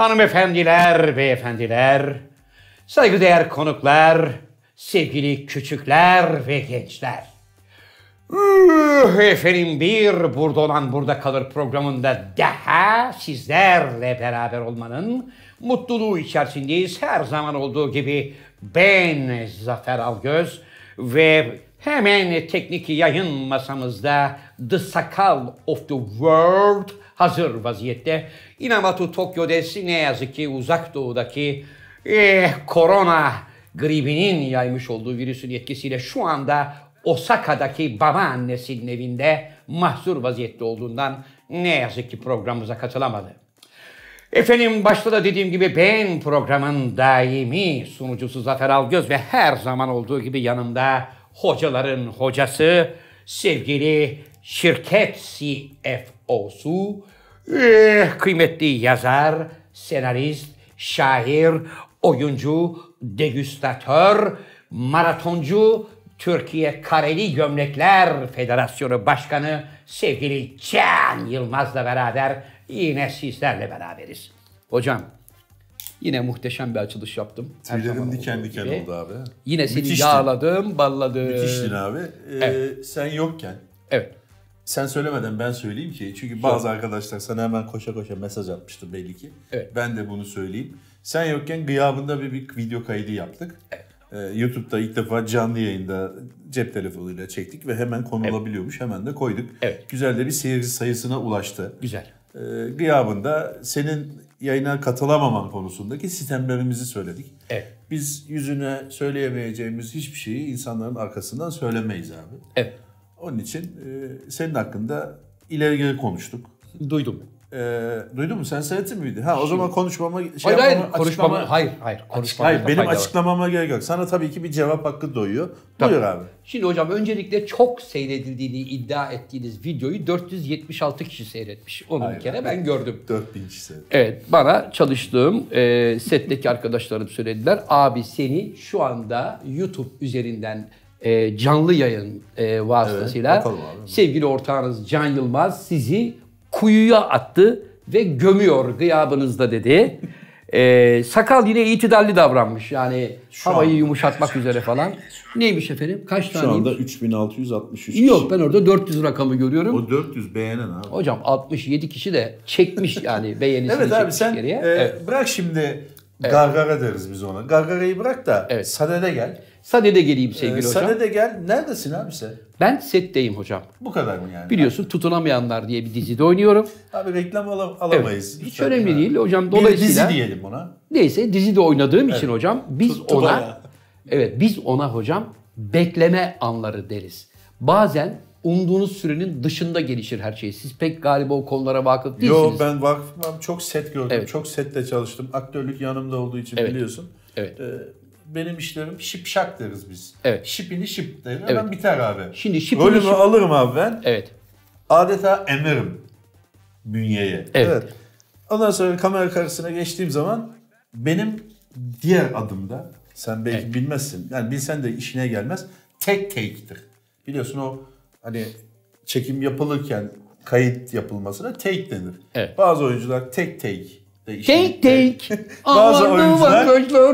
Hanımefendiler, beyefendiler, saygıdeğer konuklar, sevgili küçükler ve gençler. Efendim bir Burada Olan Burada Kalır programında daha sizlerle beraber olmanın mutluluğu içerisindeyiz. Her zaman olduğu gibi ben Zafer Algöz ve hemen teknik yayın masamızda The Sakal of the World hazır vaziyette. Inamatu Tokyo'desi ne yazık ki uzak doğudaki korona gribinin yaymış olduğu virüsün etkisiyle şu anda Osaka'daki babaannesinin evinde mahzur vaziyette olduğundan ne yazık ki programımıza katılamadı. Efendim başta da dediğim gibi ben programın daimi sunucusu Zafer Algöz ve her zaman olduğu gibi yanımda hocaların hocası, sevgili şirket CFO'su, kıymetli yazar, senarist, şair, oyuncu, degüstatör, maratoncu, Türkiye Kareli Gömlekler Federasyonu Başkanı sevgili Can Yılmaz'la beraber yine sizlerle beraberiz. Hocam yine muhteşem bir açılış yaptım. Tüylerim diken diken oldu abi. Yine seni müthiştin. Yağladım, balladım. Müthiştin abi. Evet. Sen yokken. Evet. Sen söylemeden ben söyleyeyim ki. Çünkü bazı arkadaşlar sana hemen koşa koşa mesaj atmıştı belli ki. Evet. Ben de bunu söyleyeyim. Sen yokken gıyabında bir video kaydı yaptık. Evet. YouTube'da ilk defa canlı yayında cep telefonuyla çektik ve hemen konulabiliyormuş. Evet. Hemen de koyduk. Evet. Güzel de bir seyirci sayısına ulaştı. Güzel. Gıyabında senin yayına katılamaman konusundaki sistemlerimizi söyledik. Evet. Biz yüzüne söyleyemeyeceğimiz hiçbir şeyi insanların arkasından söylemeyiz abi. Evet. Onun için senin hakkında ileri geri konuştuk. Duydum. Duydun mu? Sen seyrettin miydi? Ha, o zaman konuşmama Hayır, benim açıklamama gerek yok. Sana tabii ki bir cevap hakkı doğuyor. Buyur abi. Şimdi hocam öncelikle çok seyredildiğini iddia ettiğiniz videoyu 476 kişi seyretmiş. Onu bir kere ben gördüm. 4000 kişi seyretmiş. Evet, bana çalıştığım setteki arkadaşlarım söylediler. Abi seni şu anda YouTube üzerinden canlı yayın vasıtasıyla sevgili ortağınız Can Yılmaz sizi kuyuya attı ve gömüyor gıyabınızda dedi. Sakal yine itidalli davranmış. Yani havayı yumuşatmak üzere falan. Neymiş efendim? Kaç tane? Şu anda 3663 kişi. Yok, ben orada 400 rakamı görüyorum. O 400 beğenen abi. Hocam 67 kişi de çekmiş yani beğenisini evet abi sen bırak şimdi gargara deriz biz ona. Gargarayı bırak da sadede gel. Sadede geleyim sevgili hocam. Sadede gel. Neredesin abi sen? Ben setteyim hocam. Bu kadar mı yani? Biliyorsun Tutunamayanlar diye bir dizide oynuyorum. Abi reklam alamayız. Evet. Hiç önemli değil hocam. Dolayısıyla bir dizi diyelim ona. Neyse dizide oynadığım için hocam biz ona hocam bekleme anları deriz. Bazen umduğunuz sürenin dışında gelişir her şey. Siz pek galiba o konulara vakıf değilsiniz. Yok, ben vakıfım. Çok set gördüm. Evet. Çok sette çalıştım. Aktörlük yanımda olduğu için biliyorsun. Evet. Benim işlerim şipşak deriz biz. Evet. Şipini şip deriz. Hemen biter abi. Şimdi rolümü alırım abi ben. Evet. Adeta emerim bünyeye. Evet. Ondan sonra kamera karşısına geçtiğim zaman benim diğer adımda, sen belki bilmezsin. Yani bilsen de işine gelmez. Tek take'tir. Biliyorsun o hani çekim yapılırken kayıt yapılmasına take denir. Evet. Bazı oyuncular tek take. Take. Bazı oyuncular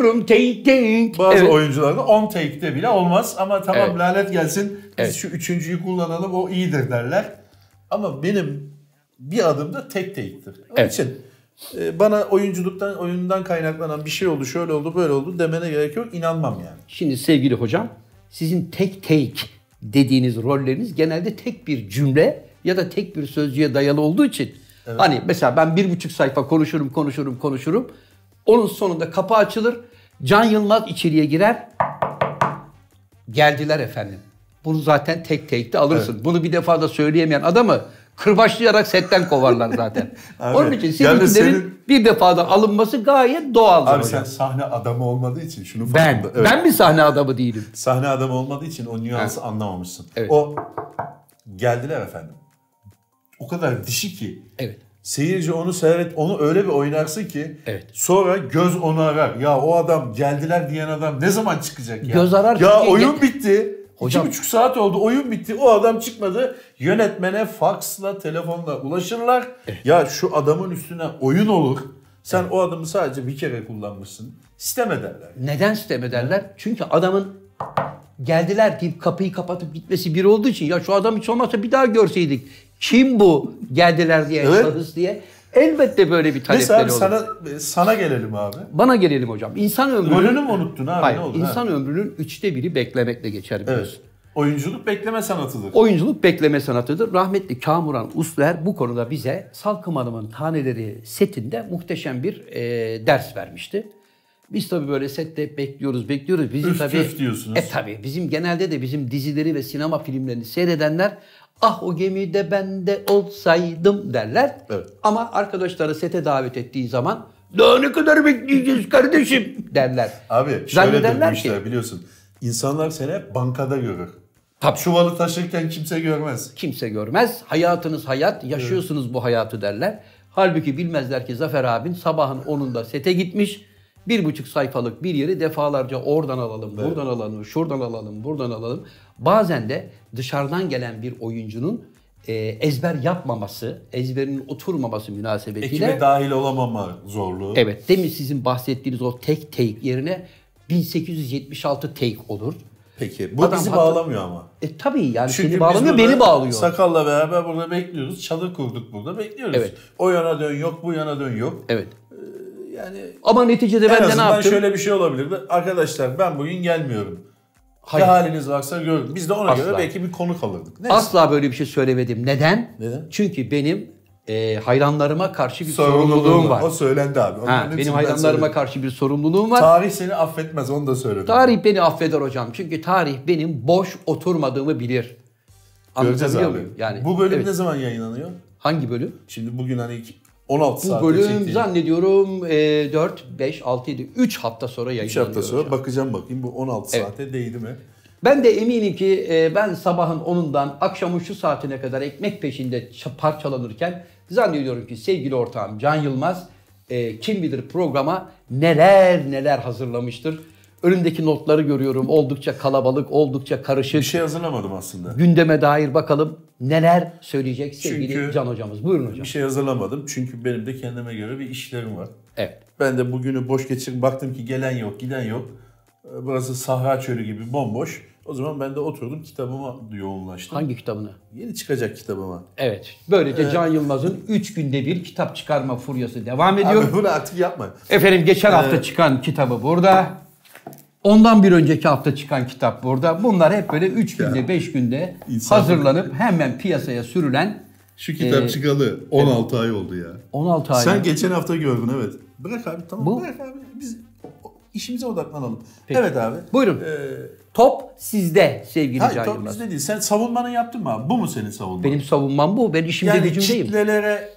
bazı oyuncularda on take'de bile olmaz ama tamam lanet gelsin biz şu üçüncüyü kullanalım o iyidir derler. Ama benim bir adımda tek take'tir. Onun için bana oyundan kaynaklanan bir şey oldu, şöyle oldu, böyle oldu demene gerek yok. İnanmam yani. Şimdi sevgili hocam, sizin tek take dediğiniz rolleriniz genelde tek bir cümle ya da tek bir sözcüğe dayalı olduğu için hani mesela ben 1,5 sayfa konuşurum. Onun sonunda kapı açılır. Can Yılmaz içeriye girer. Geldiler efendim. Bunu zaten tek take'te alırsın. Evet. Bunu bir defa da söyleyemeyen adamı kırbaçlayarak setten kovarlar zaten. Onun için seninkilerin bir defada alınması gayet doğal. Abi hocam. Sen sahne adamı olmadığı için şunu farkında. Ben bir sahne adamı değilim. Sahne adamı olmadığı için o nüansı anlamamışsın. Evet. O geldiler efendim. O kadar dişi ki. Evet. Seyirci onu onu öyle bir oynarsın ki sonra göz onu arar. Ya o adam geldiler diyen adam ne zaman çıkacak ya? Göz arar. Ya oyun bitti. Hocam, 2,5 saat oldu, oyun bitti, o adam çıkmadı. Yönetmene faksla, telefonla ulaşırlar. Ya şu adamın üstüne oyun olur. Sen o adımı sadece bir kere kullanmışsın. Sitem ederler. Neden sitem ederler? Çünkü adamın geldiler deyip kapıyı kapatıp gitmesi bir olduğu için ya şu adam hiç olmazsa bir daha görseydik. Kim bu geldiler diye şahıs diye. Elbette böyle bir talepleri olur. Mesela sana gelelim abi. Bana gelelim hocam. İnsan ömrünün... Golünü mü unuttun abi? Hayır. Ne oldu? İnsan ömrünün 1/3 beklemekle geçer biliyorsun. Evet. Oyunculuk bekleme sanatıdır. Oyunculuk bekleme sanatıdır. Rahmetli Kamuran Usluer bu konuda bize Salkım Hanım'ın Taneleri setinde muhteşem bir ders vermişti. Biz tabii böyle sette bekliyoruz. Bizim üf tabii üf diyorsunuz. Tabii bizim genelde de bizim dizileri ve sinema filmlerini seyredenler ah o gemide ben de olsaydım derler. Evet. Ama arkadaşları sete davet ettiği zaman daha ne kadar bekleyeceğiz kardeşim derler. Abi şöyle Zannederler demişler biliyorsun. İnsanlar seni hep bankada görür. Tabii. Çuvalı taşırken kimse görmez. Kimse görmez. Hayatınız hayat, yaşıyorsunuz bu hayatı derler. Halbuki bilmezler ki Zafer abin sabahın 10'unda sete gitmiş. 1,5 sayfalık bir yeri defalarca oradan alalım, buradan alalım, şuradan alalım, buradan alalım. Bazen de dışarıdan gelen bir oyuncunun ezber yapmaması, ezberinin oturmaması münasebetiyle... Ekibe dahil olamama zorluğu. Evet, demin sizin bahsettiğiniz o tek take yerine 1876 take olur. Peki bu bizi bağlamıyor ama. Tabii yani çünkü seni bağlamıyor, beni bağlıyor. Sakalla beraber burada bekliyoruz. Çadır kurduk burada bekliyoruz. Evet. O yana dön yok, bu yana dön yok. Evet. Yani ama neticede ben de ne yaptım? şöyle bir şey olabilirdi. Arkadaşlar ben bugün gelmiyorum. Hayır. Ne haliniz varsa görün. Biz de ona göre belki bir konuk alırdık. Neyse. Asla böyle bir şey söylemedim. Neden? Çünkü benim hayranlarıma karşı bir sorumluluğum var. O söylendi abi. Benim hayranlarıma karşı bir sorumluluğum var. Tarih seni affetmez, onu da söyledim. Tarih beni affeder hocam. Çünkü tarih benim boş oturmadığımı bilir. Göreceğiz abi. Muyum? Yani, bu bölüm ne zaman yayınlanıyor? Hangi bölüm? Şimdi bugün hani 16 saat. Bu bölüm zannediyorum 4, 5, 6, 7, 3 hafta sonra yayınlanıyor. 3 hafta sonra hocam. Bakacağım bu 16 saate değdi mi? Ben de eminim ki ben sabahın 10'undan akşamın şu saatine kadar ekmek peşinde parçalanırken zannediyorum ki sevgili ortağım Can Yılmaz kim bilir programa neler hazırlamıştır. Önümdeki notları görüyorum. Oldukça kalabalık, oldukça karışık. Bir şey hazırlamadım aslında. Gündeme dair bakalım neler söyleyecek sevgili Can hocamız. Buyurun hocam. Bir şey hazırlamadım. Çünkü benim de kendime göre bir işlerim var. Evet. Ben de bugünü boş geçirip baktım ki gelen yok, giden yok. Burası Sahra Çölü gibi bomboş. O zaman ben de oturdum kitabıma yoğunlaştım. Hangi kitabını? Yeni çıkacak kitabıma. Evet. Böylece Can Yılmaz'ın 3 günde bir kitap çıkarma furyası devam ediyor. Abi bunu artık yapma. Efendim geçen hafta çıkan kitabı burada. Ondan bir önceki hafta çıkan kitap burada. Bunlar hep böyle 3 günde 5 günde hazırlanıp hemen piyasaya sürülen. Şu kitap çıkalı 16 ay oldu ya. 16 ay. Sen geçen hafta gördün evet. Bırak abi tamam bırak abi. Biz işimize odaklanalım. Peki. Evet abi. Buyurun. Top sizde sevgili Can Yılmaz. Hayır top bizde değil. Sen savunmanı yaptın mı abi? Bu mu senin savunman? Benim savunmam bu. Ben işimde gücümdeyim. Kitlelere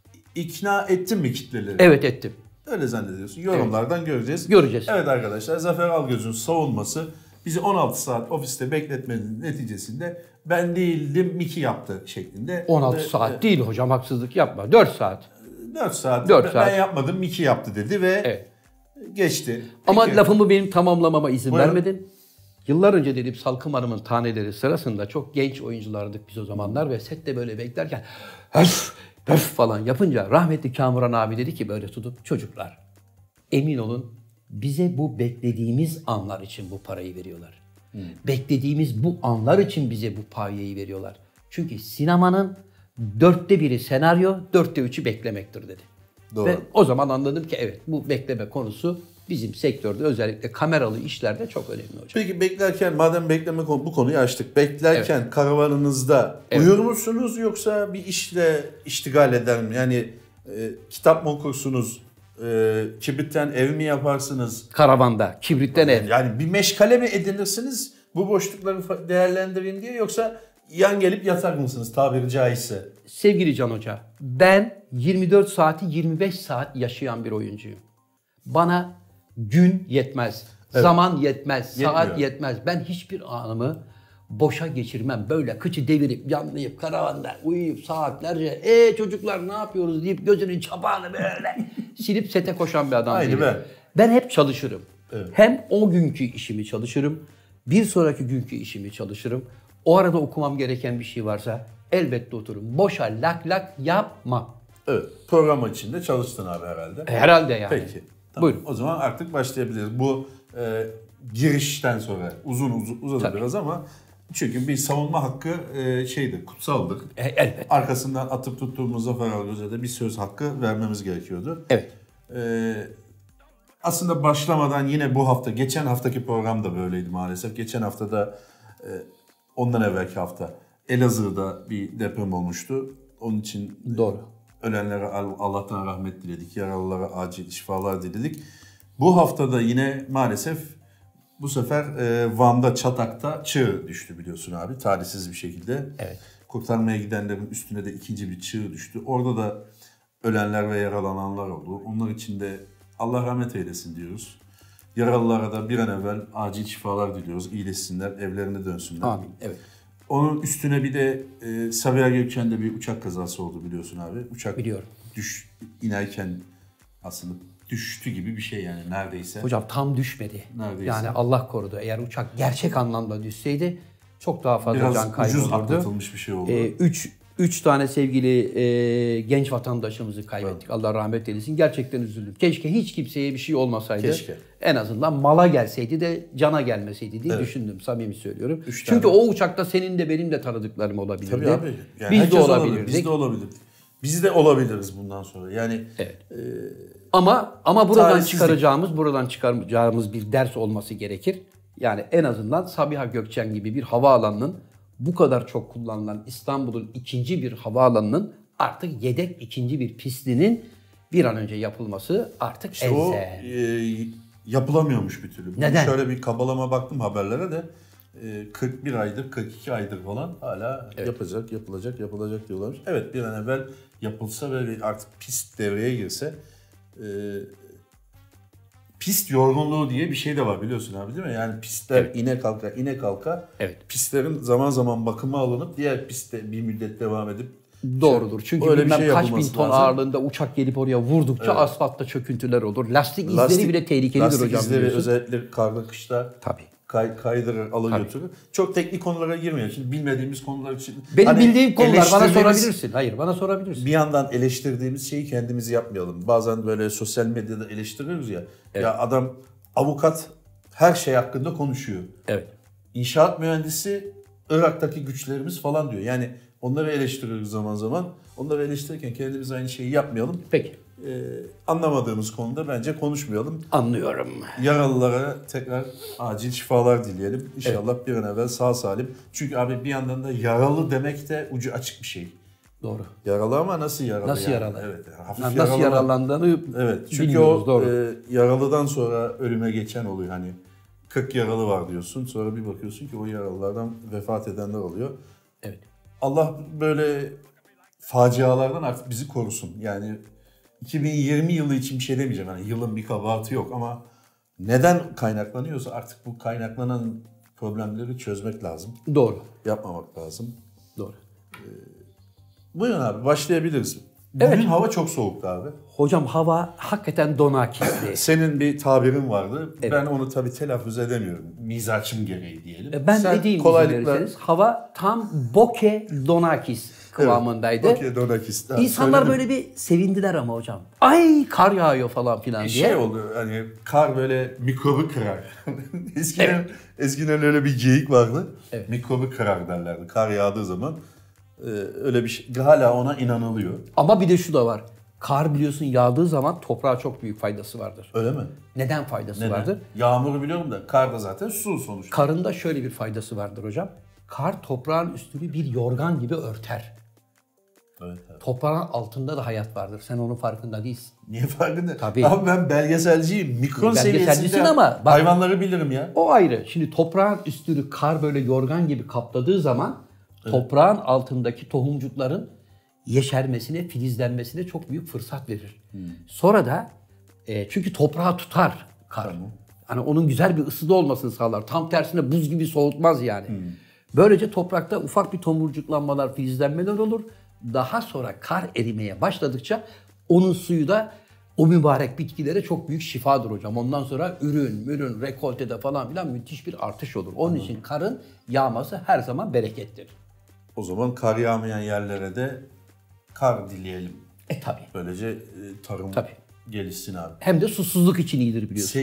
ikna ettin mi kitleleri? Evet ettim. Öyle zannediyorsun. Yorumlardan göreceğiz. Göreceğiz. Evet arkadaşlar Zafer Algöz'ün savunması bizi 16 saat ofiste bekletmenin neticesinde ben değildim Miki yaptı şeklinde. 16 saat değil hocam haksızlık yapma. 4 saat. 4 saat. 4 saat. Ben yapmadım Miki yaptı dedi ve geçti. Ama lafımı benim tamamlamama izin vermedin. Yıllar önce dedim Salkım Hanım'ın Taneleri sırasında çok genç oyunculardık biz o zamanlar ve sette böyle beklerken öf falan yapınca rahmetli Kamuran abi dedi ki böyle tutup çocuklar emin olun bize bu beklediğimiz anlar için bu parayı veriyorlar. Beklediğimiz bu anlar için bize bu payeyi veriyorlar. Çünkü sinemanın 1/4 senaryo, 3'ü beklemektir dedi. Doğru. Ve o zaman anladım ki evet bu bekleme konusu bizim sektörde özellikle kameralı işlerde çok önemli hocam. Peki beklerken madem bekleme bu konuyu açtık. Beklerken karavanınızda uyur musunuz yoksa bir işle iştigal eder mi? Yani kitap mı okursunuz? Kibritten ev mi yaparsınız? Karavanda, kibritten ev. Yani bir meşgale mi edinirsiniz? Bu boşlukları değerlendireyim diye yoksa yan gelip yatar mısınız tabiri caizse? Sevgili Can Hoca, ben 24 saati 25 saat yaşayan bir oyuncuyum. Bana gün yetmez, zaman yetmez, saat yetmez. Ben hiçbir anımı boşa geçirmem. Böyle kıçı devirip, yanlayıp, karavanda uyuyup saatlerce çocuklar ne yapıyoruz deyip gözünün çapağını böyle silip sete koşan bir adam değilim. Ben hep çalışırım. Evet. Hem o günkü işimi çalışırım, bir sonraki günkü işimi çalışırım. O arada okumam gereken bir şey varsa elbette otururum. Boşa lak lak yapmam. Evet. Program içinde çalıştın abi herhalde. Herhalde yani. Peki. Tamam. Buyurun. O zaman artık başlayabiliriz. Bu girişten sonra uzadı Tabii. biraz ama çünkü bir savunma hakkı şeydir, kutsaldır. Elbette. Arkasından atıp tuttuğumuz Zafer Algöz'e de bir söz hakkı vermemiz gerekiyordu. Evet. Aslında başlamadan yine bu hafta, geçen haftaki program da böyleydi maalesef. Geçen hafta da ondan evvelki hafta Elazığ'da bir deprem olmuştu. Onun için Doğru. Ölenlere Allah'tan rahmet diledik, yaralılara acil şifalar diledik. Bu haftada yine maalesef bu sefer Van'da, Çatak'ta çığ düştü biliyorsun abi, talihsiz bir şekilde. Evet. Kurtarmaya gidenlerin üstüne de ikinci bir çığ düştü. Orada da ölenler ve yaralananlar oldu. Onlar için de Allah rahmet eylesin diyoruz. Yaralılara da bir an evvel acil şifalar diliyoruz. İyileşsinler, evlerine dönsünler. Amin. Evet. Onun üstüne bir de Sabiha Gökçen'de bir uçak kazası oldu biliyorsun abi. Uçak Biliyorum. inerken aslında düştü gibi bir şey yani neredeyse. Hocam tam düşmedi. Neredeyse. Yani Allah korudu. Eğer uçak gerçek anlamda düşseydi çok daha fazla Biraz can kaybı ucuz olurdu. atlatılmış bir şey oldu. Üç tane sevgili genç vatandaşımızı kaybettik. Evet. Allah rahmet eylesin. Gerçekten üzüldüm. Keşke hiç kimseye bir şey olmasaydı. Keşke. En azından mala gelseydi de cana gelmeseydi diye düşündüm. Samimi söylüyorum. Çünkü o uçakta senin de benim de tanıdıklarım olabilirdi. Tabii abi. Yani biz de olabilirdik. Biz de olabilirdik. Biz de olabiliriz bundan sonra. Yani evet. Ama buradan çıkaracağımız bir ders olması gerekir. Yani en azından Sabiha Gökçen gibi bir havaalanının, bu kadar çok kullanılan İstanbul'un ikinci bir havaalanının artık yedek ikinci bir pistinin bir an önce yapılması artık İşte o yapılamıyormuş bir türlü. Neden? Şöyle bir kabalama baktım haberlere de 41 aydır, 42 aydır falan hala yapılacak diyorlar. Evet, bir an evvel yapılsa ve artık pist devreye girse. Pist yorgunluğu diye bir şey de var biliyorsun abi, değil mi? Yani pistler ine kalka. Evet. Pistlerin zaman zaman bakıma alınıp diğer pistte bir müddet devam edip. Doğrudur. Çünkü bilmem kaç bin ton ağırlığında uçak gelip oraya vurdukça asfaltta çöküntüler olur. Lastik izleri bile tehlikelidir hocam. Lastik izleri özellikle karda kışta kaydırır, götürür. Çok teknik konulara girmiyor. Şimdi bilmediğimiz konular için. Benim bildiğim konular, bana sorabilirsin. Hayır, bana sorabilirsin. Bir yandan eleştirdiğimiz şeyi kendimiz yapmayalım. Bazen böyle sosyal medyada eleştiriyoruz ya. Evet. Ya adam avukat her şey hakkında konuşuyor. Evet. İnşaat mühendisi Irak'taki güçlerimiz falan diyor. Yani onları eleştiriyoruz zaman zaman. Onları eleştirirken kendimiz aynı şeyi yapmayalım. Peki. Anlamadığımız konuda bence konuşmayalım. Anlıyorum. Yaralılara tekrar acil şifalar dileyelim. İnşallah bir an evvel sağ salim. Çünkü abi bir yandan da yaralı demek de ucu açık bir şey. Doğru. Yaralı ama nasıl yaralı? Nasıl yaralı? Evet. Hafif nasıl yaralandığını çünkü o yaralıdan sonra ölüme geçen oluyor. Hani 40 yaralı var diyorsun. Sonra bir bakıyorsun ki o yaralılardan vefat edenler oluyor. Evet. Allah böyle facialardan artık bizi korusun. Yani 2020 yılı için bir şey demeyeceğim. Yani yılın bir kabahati yok ama neden kaynaklanıyorsa artık bu kaynaklanan problemleri çözmek lazım. Doğru. Yapmamak lazım. Doğru. Buyurun abi, başlayabiliriz. Bugün hava çok soğuktu abi. Hocam hava hakikaten donakisli. Senin bir tabirin vardı. Evet. Ben onu tabii telaffuz edemiyorum. Mizaçım gereği diyelim. Ben dediğim verirseniz hava tam bokeh donakis kıvamındaydı. Evet, bokeh donakis. İnsanlar böyle bir sevindiler ama hocam. Ay kar yağıyor falan filan diye. Şey oldu hani kar böyle mikrobu kırar. Eskiden öyle bir geyik vardı. Evet. Mikrobu kırar derlerdi kar yağdığı zaman. Öyle bir şey. Hala ona inanılıyor. Ama bir de şu da var. Kar biliyorsun yağdığı zaman toprağa çok büyük faydası vardır. Öyle mi? Neden faydası vardır? Yağmuru biliyorum da kar da zaten su sonuçta. Karın da şöyle bir faydası vardır hocam. Kar toprağın üstünü bir yorgan gibi örter. Evet. Toprağın altında da hayat vardır. Sen onun farkında değilsin. Niye farkında? Tabii. Abi ben belgeselciyim. Mikron seviyesinde ama bak, hayvanları bilirim ya. O ayrı. Şimdi toprağın üstünü kar böyle yorgan gibi kapladığı zaman toprağın altındaki tohumcukların yeşermesine, filizlenmesine çok büyük fırsat verir. Sonra da çünkü toprağı tutar kar. Tamam. Hani onun güzel bir ısıda olmasını sağlar. Tam tersine buz gibi soğutmaz yani. Böylece toprakta ufak bir tomurcuklanmalar, filizlenmeler olur. Daha sonra kar erimeye başladıkça onun suyu da o mübarek bitkilere çok büyük şifadır hocam. Ondan sonra ürün, rekoltede falan filan müthiş bir artış olur. Onun için karın yağması her zaman berekettir. O zaman kar yağmayan yerlere de kar dileyelim. Tabii. Böylece tarım gelişsin abi. Hem de susuzluk için iyidir biliyorsun.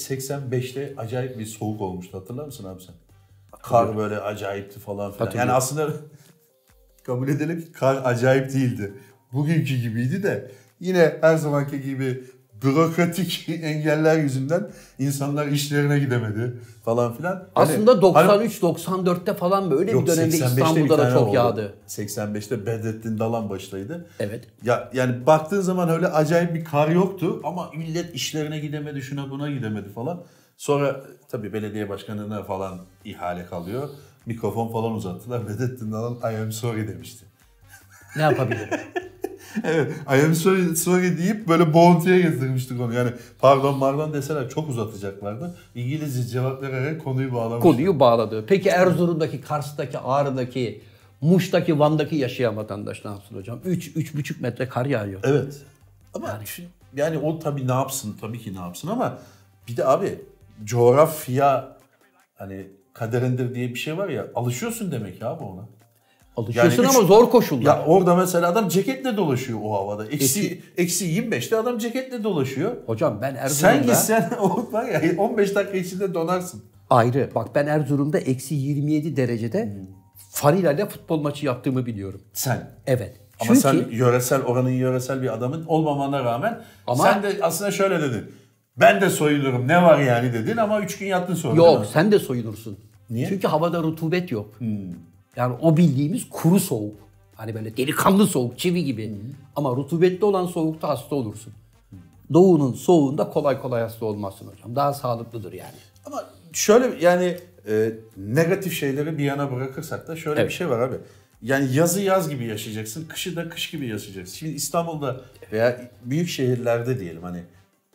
85'te acayip bir soğuk olmuştu, hatırlar mısın abi sen? Kar böyle acayipti falan filan. Yani aslında kabul edelim ki kar acayip değildi. Bugünkü gibiydi de yine her zamanki gibi bürokratik engeller yüzünden insanlar işlerine gidemedi falan filan. Aslında 93-94'te falan böyle bir dönemde İstanbul'da da çok yağdı. 85'te Bedrettin Dalan başlaydı. Evet. Ya yani baktığın zaman öyle acayip bir kar yoktu ama millet işlerine gidemedi, şuna buna gidemedi falan. Sonra tabii belediye başkanına falan ihale kalıyor. Mikrofon falan uzattılar. Bedrettin Dalan I am sorry demişti. Ne yapabilirim? Evet, I am sorry deyip böyle boğuntuya getirmiştik onu. Yani pardon deseler çok uzatacaklardı. İngilizce cevap vererek konuyu bağlamıştı. Konuyu bağladı. Peki Erzurum'daki, Kars'taki, Ağrı'daki, Muş'taki, Van'daki yaşayan vatandaş ne yapsın hocam? 3,5 metre kar yağıyor. Evet. Ama yani o tabii ne yapsın? Tabii ki ne yapsın ama bir de abi coğrafya hani kaderindir diye bir şey var ya, alışıyorsun demek ya abi ona. Alışıyorsun yani ama zor koşullar. Ya orada mesela adam ceketle dolaşıyor o havada. Eksi 25'te adam ceketle dolaşıyor. Hocam ben Erzurum'da... Sen var ya 15 dakika içinde donarsın. Ayrı. Bak ben Erzurum'da eksi 27 derecede Farilerle futbol maçı yaptığımı biliyorum. Sen? Evet. Ama çünkü sen oranın yöresel bir adamın olmamana rağmen sen de aslında şöyle dedin. Ben de soyulurum ne var yani dedin ama 3 gün yattın sonra. Yok sen de soyulursun. Niye? Çünkü havada rutubet yok. Yani o bildiğimiz kuru soğuk. Hani böyle delikanlı soğuk, çivi gibi. Ama rutubetli olan soğukta hasta olursun. Doğunun soğuğunda kolay kolay hasta olmazsın hocam. Daha sağlıklıdır yani. Ama şöyle yani negatif şeyleri bir yana bırakırsak da şöyle bir şey var abi. Yani yazı yaz gibi yaşayacaksın, kışı da kış gibi yaşayacaksın. Şimdi İstanbul'da veya büyük şehirlerde diyelim hani